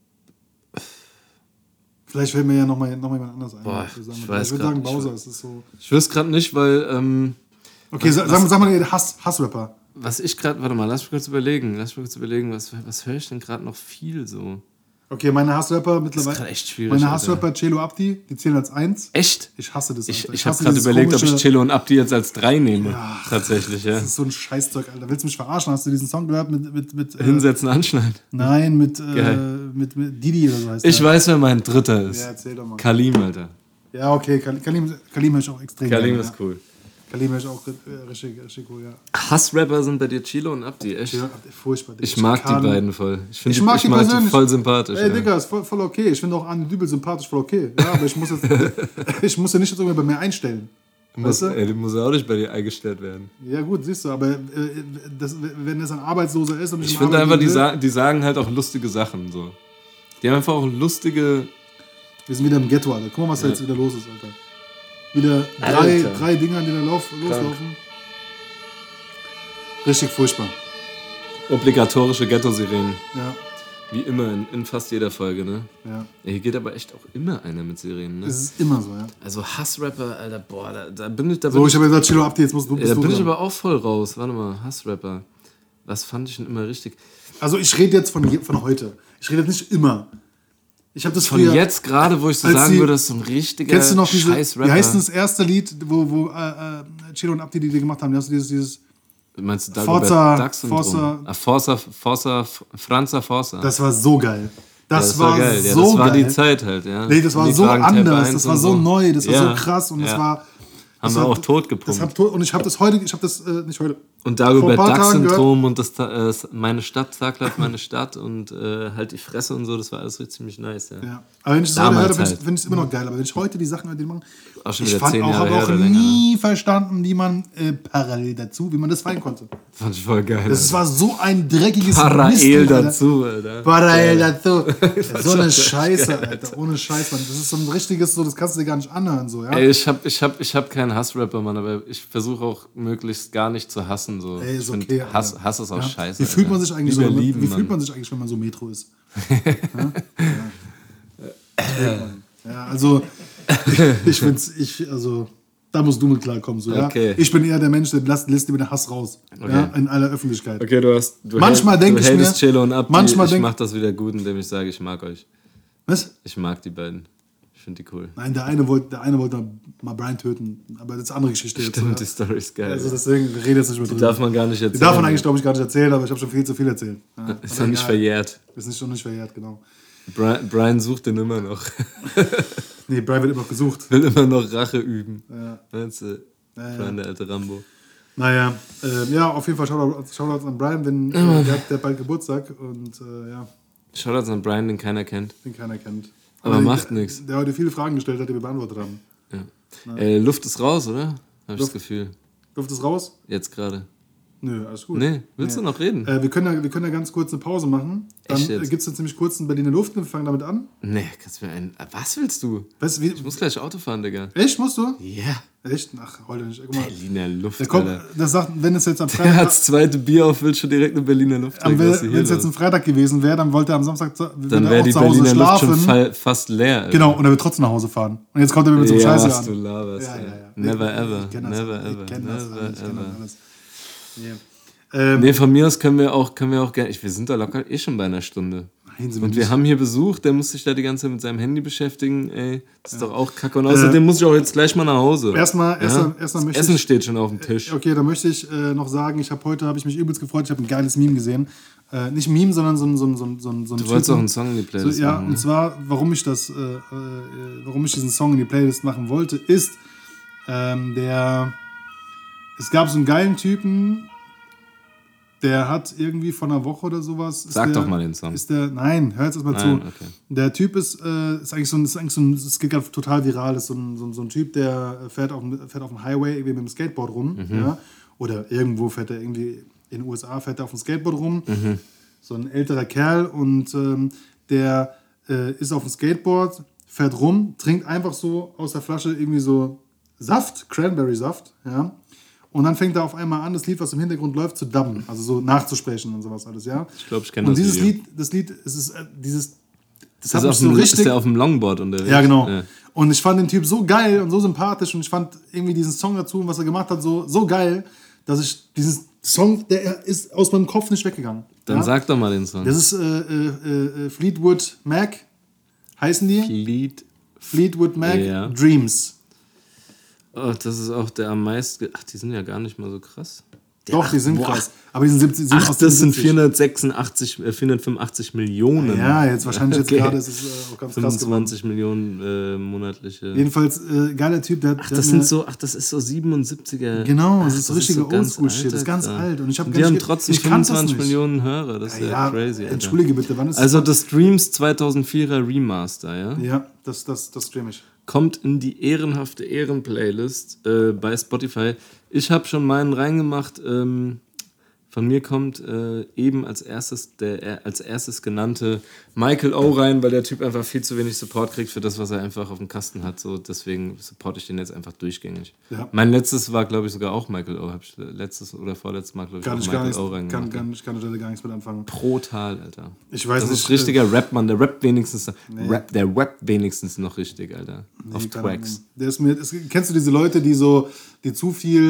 Vielleicht fällt mir ja noch mal jemand anders ein.
Boah,
ich würde sagen, Bowser ist so.
Ich wüsste gerade nicht, weil...
okay, sag mal, Hassrapper.
Was ich gerade... Warte mal, lass mich kurz überlegen. Was höre ich denn gerade noch viel so?
Okay, meine Hassrapper mittlerweile... Das ist
gerade echt schwierig.
Meine Hassrapper, Celo Abdi, die zählen als 1.
Echt?
Ich hasse das.
Ich habe gerade überlegt, ob ich Celo und Abdi jetzt als 3 nehme. Ja, tatsächlich, ja.
Das ist so ein Scheißzeug, Alter. Willst du mich verarschen? Hast du diesen Song gehört mit
Hinsetzen, anschneiden?
Nein, mit Didi oder so heißt der.
Ich weiß, wer mein dritter ist.
Ja, erzähl doch mal.
Kalim, Alter.
Ja, okay. Kalim höre ich auch extrem
Kalim ist cool.
Kalim höre ich auch richtig cool, ja.
Hassrapper sind bei dir Celo und Abdi, echt?
Celo, furchtbar.
Ich mag die beiden voll. Ich
mag
die voll sympathisch.
Ey, Digga, ist voll okay. Ich finde auch Anni Dübel sympathisch, voll okay. Ja, aber ich muss ja nicht irgendwie bei mir einstellen.
Weißt du? Die muss ja auch nicht bei dir eingestellt werden.
Ja gut, siehst du, aber wenn das ein Arbeitsloser ist und
ich finde einfach, die sagen halt auch lustige Sachen. So. Die haben einfach auch lustige...
Wir sind wieder im Ghetto, Alter. Guck mal, was da jetzt wieder los ist, Alter. Wieder drei Dinger, die da loslaufen. Richtig furchtbar.
Obligatorische Ghetto-Sirenen.
Ja.
Wie immer in fast jeder Folge, ne?
Ja.
Hier geht aber echt auch immer einer mit Sirenen, ne?
Es ist immer so, ja.
Also Hassrapper, Alter, boah, da bin ich...
ich habe gesagt, Chilo Abdi, jetzt musst du...
Da bin ich aber auch voll raus. Warte mal, Hassrapper. Was fand ich denn immer richtig?
Also ich rede jetzt von heute. Ich rede jetzt nicht immer. Ich habe das
Von
früher...
jetzt gerade, wo ich so
als
sagen
die-
würde, das ist so ein richtiger
Kennst du noch diese...
Scheiß-Rapper.
Wie heißt denn das erste Lied, wo Chilo und Abdi die gemacht haben? Die hast du dieses
Meinst du
Forza-
Dagobert Duck-Syndrom?
Forza-
Franza Forza.
Das war so geil. Das
war
war
geil. Ja,
so
das war
geil.
die Zeit halt, ja.
Nee, das
Und
war
die
so
tragen Tab
anders,
1
das war
und
so neu, das war
Ja.
so krass und
Ja.
das war...
Haben wir auch tot gepumpt.
Und ich habe das heute, nicht heute.
Und
vor ein
Dagobert
paar Tagen
Duck-Syndrom und das meine Stadt, Taglauf, meine Stadt und halt die Fresse und so, das war alles richtig ziemlich nice, ja.
Ja. Aber wenn ich es heute
Damals
höre,
halt.
finde ich es immer noch geil. Aber wenn ich heute die Sachen höre, die die machen,
Auch schon
ich
wieder 10 Jahre
habe
her
auch
oder länger.
nie verstanden, wie man parallel dazu, wie man das feiern konnte.
Fand ich voll geil.
Das war so ein dreckiges
Parallel
Mist, Alter.
dazu, Alter.
Parallel dazu. So eine Scheiße, Alter. Ohne Scheiß, Mann. Das ist so ein richtiges, so, das kannst du dir gar nicht anhören, so, ja.
Ey, ich hab keinen Hassrapper, Mann, aber ich versuche auch möglichst gar nicht zu hassen. So.
Ey, ist
Ich find,
okay,
Hass ist auch
Ja.
scheiße.
Wie fühlt man
Alter.
sich eigentlich
Lieber
so,
lieben,
wie fühlt
Mann.
man sich eigentlich, wenn man so Metro ist? Ja, also, also, da musst du mit klarkommen, so, ja.
Okay.
Ich bin eher der Mensch, der lässt dir mit Hass raus, ja, in aller Öffentlichkeit.
Okay,
Manchmal denke ich mir-
Chelo und Abdi,
manchmal
ich
denk-
mach das wieder gut, indem ich sage, ich mag euch.
Was?
Ich mag die beiden. Ich finde die cool.
Nein, der eine wollte mal Brian töten, aber das ist eine andere Geschichte jetzt.
Stimmt, die
Ja.
Story ist geil.
Also deswegen, wir reden jetzt nicht mehr
die
drüber.
darf man gar nicht erzählen.
Die darf man eigentlich, glaube ich, gar nicht erzählen, aber ich habe schon viel zu viel erzählt. Ja,
Ist
aber
noch nicht
egal.
verjährt.
Ist noch nicht verjährt, genau.
Brian sucht den immer noch.
Nee, Brian wird immer noch gesucht.
Will immer noch Rache üben.
Ja.
Meinst du? Brian, der alte Rambo.
Naja, ja, auf jeden Fall Shoutouts an Brian, der hat bald Geburtstag und ja,
Shoutouts an Brian, den keiner kennt.
den keiner kennt.
Aber
Also,
macht nix.
Der heute viele Fragen gestellt hat, die wir beantwortet haben.
Ja. Luft ist raus, oder? Hab ich das Gefühl.
Luft ist raus?
Jetzt gerade.
Nö, alles gut.
Nee, willst du noch reden?
Wir können ja ganz kurz eine Pause machen. Dann
Echt jetzt?
gibt es jetzt ziemlich kurz einen Berliner Luft und wir fangen damit an.
Nee, kannst du mir einen. Was willst du?
Weißt du, wie,
Ich muss gleich Auto fahren, Digga.
echt, musst du?
Ja.
Echt? Ach, heute nicht. Guck mal.
Berliner Luft,
Der kommt,
Alter.
das sagt, wenn es jetzt am
Der
Freitag,
hat's zweite Bier auf, will schon direkt eine Berliner Luft trinken. Was ist hier
wenn es jetzt
los?
ein Freitag gewesen wäre, dann wollte er am Samstag
Dann
auch
wäre die
zu Hause
Berliner Luft
schlafen.
schon fast leer. Alter.
Genau, und er wird trotzdem nach Hause fahren. Und jetzt kommt er mir mit so einem
Ja,
Scheiße
was du
an.
laberst.
Ja,
ey.
ja, ja.
Never ever.
Ich kenn das,
Never
ich
ever.
kenn das
Never
alles, ich kenn das
ever.
alles.
Nee, von mir aus können wir auch gerne. Wir sind da locker schon bei einer Stunde.
Nein, sind wir
Und wir
nicht.
haben hier Besuch, der muss sich da die ganze Zeit mit seinem Handy beschäftigen. Ey, das ist doch auch kacke. Und außerdem muss ich auch jetzt gleich mal nach Hause.
Erstmal
Das
möchte
Essen
ich,
steht schon auf dem Tisch.
okay, da möchte ich noch sagen, heute habe ich mich übelst gefreut, ich habe ein geiles Meme gesehen. Nicht Meme, sondern so ein
Du wolltest auch einen Song in die Playlist
Ja,
machen.
und zwar, warum ich diesen Song in die Playlist machen wollte, ist, es gab so einen geilen Typen, der hat irgendwie vor einer Woche oder sowas.
Sag doch mal den Song.
Nein, hör jetzt erstmal zu.
Nein, okay.
Der Typ ist eigentlich so ein, es geht gerade total viral, ist so ein Typ, der fährt auf dem Highway irgendwie mit dem Skateboard rum. Ja? Oder irgendwo fährt er irgendwie, in den USA fährt er auf dem Skateboard rum. So ein älterer Kerl und der ist auf dem Skateboard, fährt rum, trinkt einfach so aus der Flasche irgendwie so Saft, Cranberry-Saft, ja. Und dann fängt er auf einmal an, das Lied, was im Hintergrund läuft, zu dubben, also so nachzusprechen und sowas alles, ja.
Ich glaube, ich kenne
Und
das
dieses
Video.
Lied, es ist dieses, das
Ist,
hat mich
auf
so
dem,
richtig...
ist der auf dem Longboard unterwegs?
Ja, genau.
Ja.
Und ich fand den Typ so geil und so sympathisch und ich fand irgendwie diesen Song dazu und was er gemacht hat, so geil, dass ich diesen Song, der ist aus meinem Kopf nicht weggegangen.
Dann
ja?
sag doch mal den Song.
Das ist Fleetwood Mac, heißen die? Fleetwood Mac,
Ja.
Dreams.
Oh, das ist auch der am meisten. Ach, die sind ja gar nicht mal so krass.
Doch, die sind
boah.
krass. Aber die sind 70, sind
Ach,
aus
das sind
77.
485 Millionen.
Ja, jetzt wahrscheinlich
Okay.
jetzt gerade ist es auch ganz krass geworden.
25 Millionen monatliche.
Jedenfalls, geiler Typ. Das
das ist so 77er.
Genau, das
Ach,
ist so richtige
ganz
Oldschool-Shit. Das ist
alt,
ganz
Alter.
alt. Und ich
Die haben trotzdem
ich kannte das
25
nicht.
Millionen Hörer. Das ist ja, crazy. Alter.
Entschuldige bitte, wann ist
Also das Dreams 2004er Remaster, ja?
Ja, das stream ich.
Kommt in die ehrenhafte Ehrenplaylist bei Spotify. Ich habe schon meinen reingemacht. Von mir kommt eben als erstes der als erstes genannte Michael O. rein, weil der Typ einfach viel zu wenig Support kriegt für das, was er einfach auf dem Kasten hat. So, deswegen supporte ich den jetzt einfach durchgängig. Ja. Mein letztes war, glaube ich, sogar auch Michael O. Habe ich letztes oder vorletztes Mal, glaube ich, auch Michael O. reingemacht.
Kann ich gar nichts mit anfangen.
Brutal, Alter.
Ich weiß
das
nicht.
ist richtiger Rap, Mann. Der rappt wenigstens, der rappt wenigstens noch richtig, Alter.
Nee,
auf Tracks.
Kennst du diese Leute, die zu viel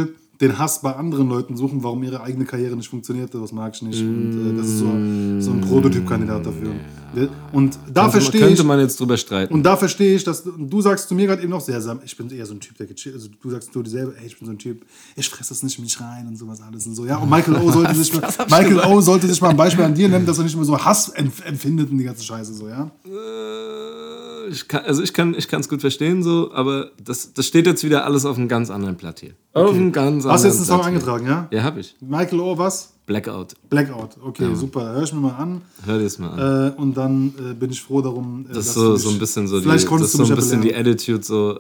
den Hass bei anderen Leuten suchen, warum ihre eigene Karriere nicht funktioniert. Das mag ich nicht. Und das ist so ein Prototypkandidat dafür. Und da verstehe ich...
Könnte man jetzt drüber streiten.
Und da verstehe ich, dass du sagst zu mir gerade eben noch sehr, ich bin eher so ein Typ, der gechillt, also du sagst du dir selber, ey, ich bin so ein Typ, ich fresse das nicht in mich rein und sowas alles und so, ja. Und Michael O. sollte sich mal ein Beispiel an dir nehmen, dass er nicht mehr so Hass empfindet und die ganze Scheiße so, ja.
Ich kann es gut verstehen so, aber das steht jetzt wieder alles auf einem ganz anderen Blatt hier.
Okay.
Auf einem ganz anderen
Hast du jetzt einen Song
Blatt
eingetragen, ja?
Ja, hab ich.
Michael O. was?
Blackout.
Blackout, okay, super. Hör ich mir mal an.
Hör dir es mal an.
Und dann bin ich froh darum,
das ist so ein bisschen so die Attitude so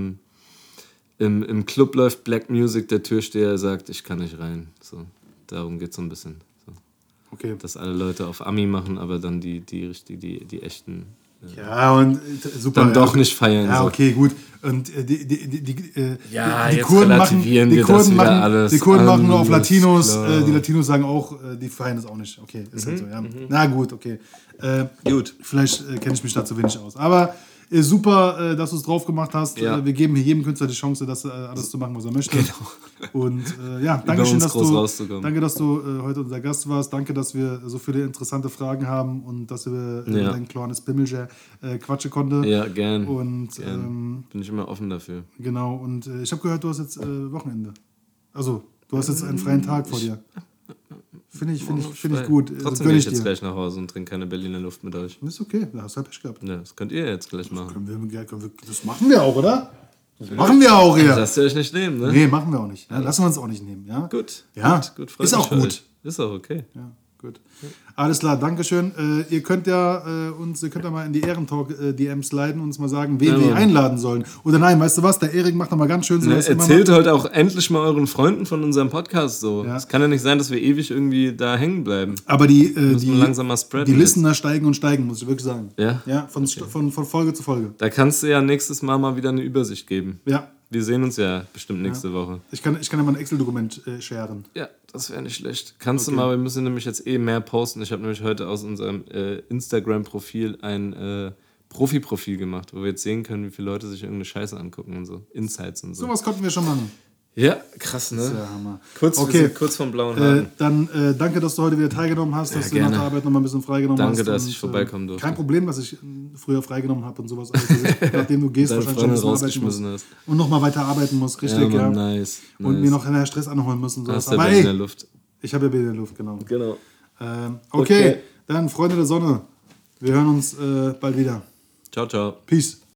im Club läuft Black Music, der Türsteher sagt, ich kann nicht rein. So, darum geht's so ein bisschen. So.
Okay.
Dass alle Leute auf Ami machen, aber dann die echten
ja, und super.
Dann doch nicht feiern.
Ja,
so.
okay, gut. Und die
jetzt
Kurden
relativieren
machen,
wir das wieder alles.
Die Kurden machen nur auf Latinos.
Klar.
Die Latinos sagen auch, die feiern das auch nicht. Okay, ist halt so, ja. Na gut, okay. Gut. Vielleicht kenne ich mich da zu wenig aus. Aber super, dass du es drauf gemacht hast.
Ja.
Wir geben hier jedem Künstler die Chance, das alles zu machen, was er möchte.
Genau.
Und danke schön, dass
danke,
dass du heute unser Gast warst. Danke, dass wir so viele interessante Fragen haben und dass wir über dein kleines Pimmelchen quatschen konnten.
Ja, gern.
Und
bin ich immer offen dafür.
Genau, und ich habe gehört, du hast jetzt Wochenende. Also, du hast jetzt einen freien Tag vor dir. Finde ich gut.
Trotzdem gehe ich jetzt gleich nach Hause und trinke keine Berliner Luft mit euch.
Ist okay, da hast du halt Pech gehabt.
Ja, das könnt ihr jetzt gleich machen.
Das machen wir auch, oder? Das machen wir auch hier.
Das lasst ihr euch nicht nehmen, ne?
Nee, machen wir auch nicht. Ja, lassen wir uns auch nicht nehmen. Ja?
Gut.
Ja,
gut
ist auch gut.
Euch. Ist auch okay.
Ja, gut. Alles klar, Dankeschön. Ihr könnt ja mal in die Ehrentalk-DMs leiten und uns mal sagen, wen wir einladen sollen. Oder nein, weißt du was, der Erik macht nochmal ganz schön so.
Erzählt heute auch endlich mal euren Freunden von unserem Podcast so. Es kann ja nicht sein, dass wir ewig irgendwie da hängen bleiben.
Aber die
langsam mal spreaden
Listener steigen und steigen, muss ich wirklich sagen.
Ja?
Ja, von Folge zu Folge.
Da kannst du ja nächstes Mal wieder eine Übersicht geben.
Ja.
Wir sehen uns ja bestimmt nächste Woche.
Ich kann ja mal ein Excel-Dokument sharen.
Ja, das wäre nicht schlecht. Kannst du mal, wir müssen nämlich jetzt mehr posten. Ich habe nämlich heute aus unserem Instagram-Profil ein Profi-Profil gemacht, wo wir jetzt sehen können, wie viele Leute sich irgendeine Scheiße angucken und so. Insights und so.
Sowas konnten wir schon machen.
Ja, krass, ne?
Das ist ja Hammer.
Kurz vom blauen Haken.
Dann danke, dass du heute wieder teilgenommen hast, dass du nach der Arbeit noch mal ein bisschen freigenommen hast.
Danke, dass ich vorbeikommen durfte.
Kein Problem, dass ich früher freigenommen habe und sowas. Also, nachdem du gehst, wahrscheinlich schon ein bisschen
rausgeschmissen hast.
Und noch mal weiter arbeiten musst, richtig, ja.
Nice.
Und mir noch Stress anholen müssen.
Hast du in der Luft.
Ich habe ja in der Luft, genau.
Genau.
Okay, dann Freunde der Sonne. Wir hören uns bald wieder.
Ciao, ciao.
Peace.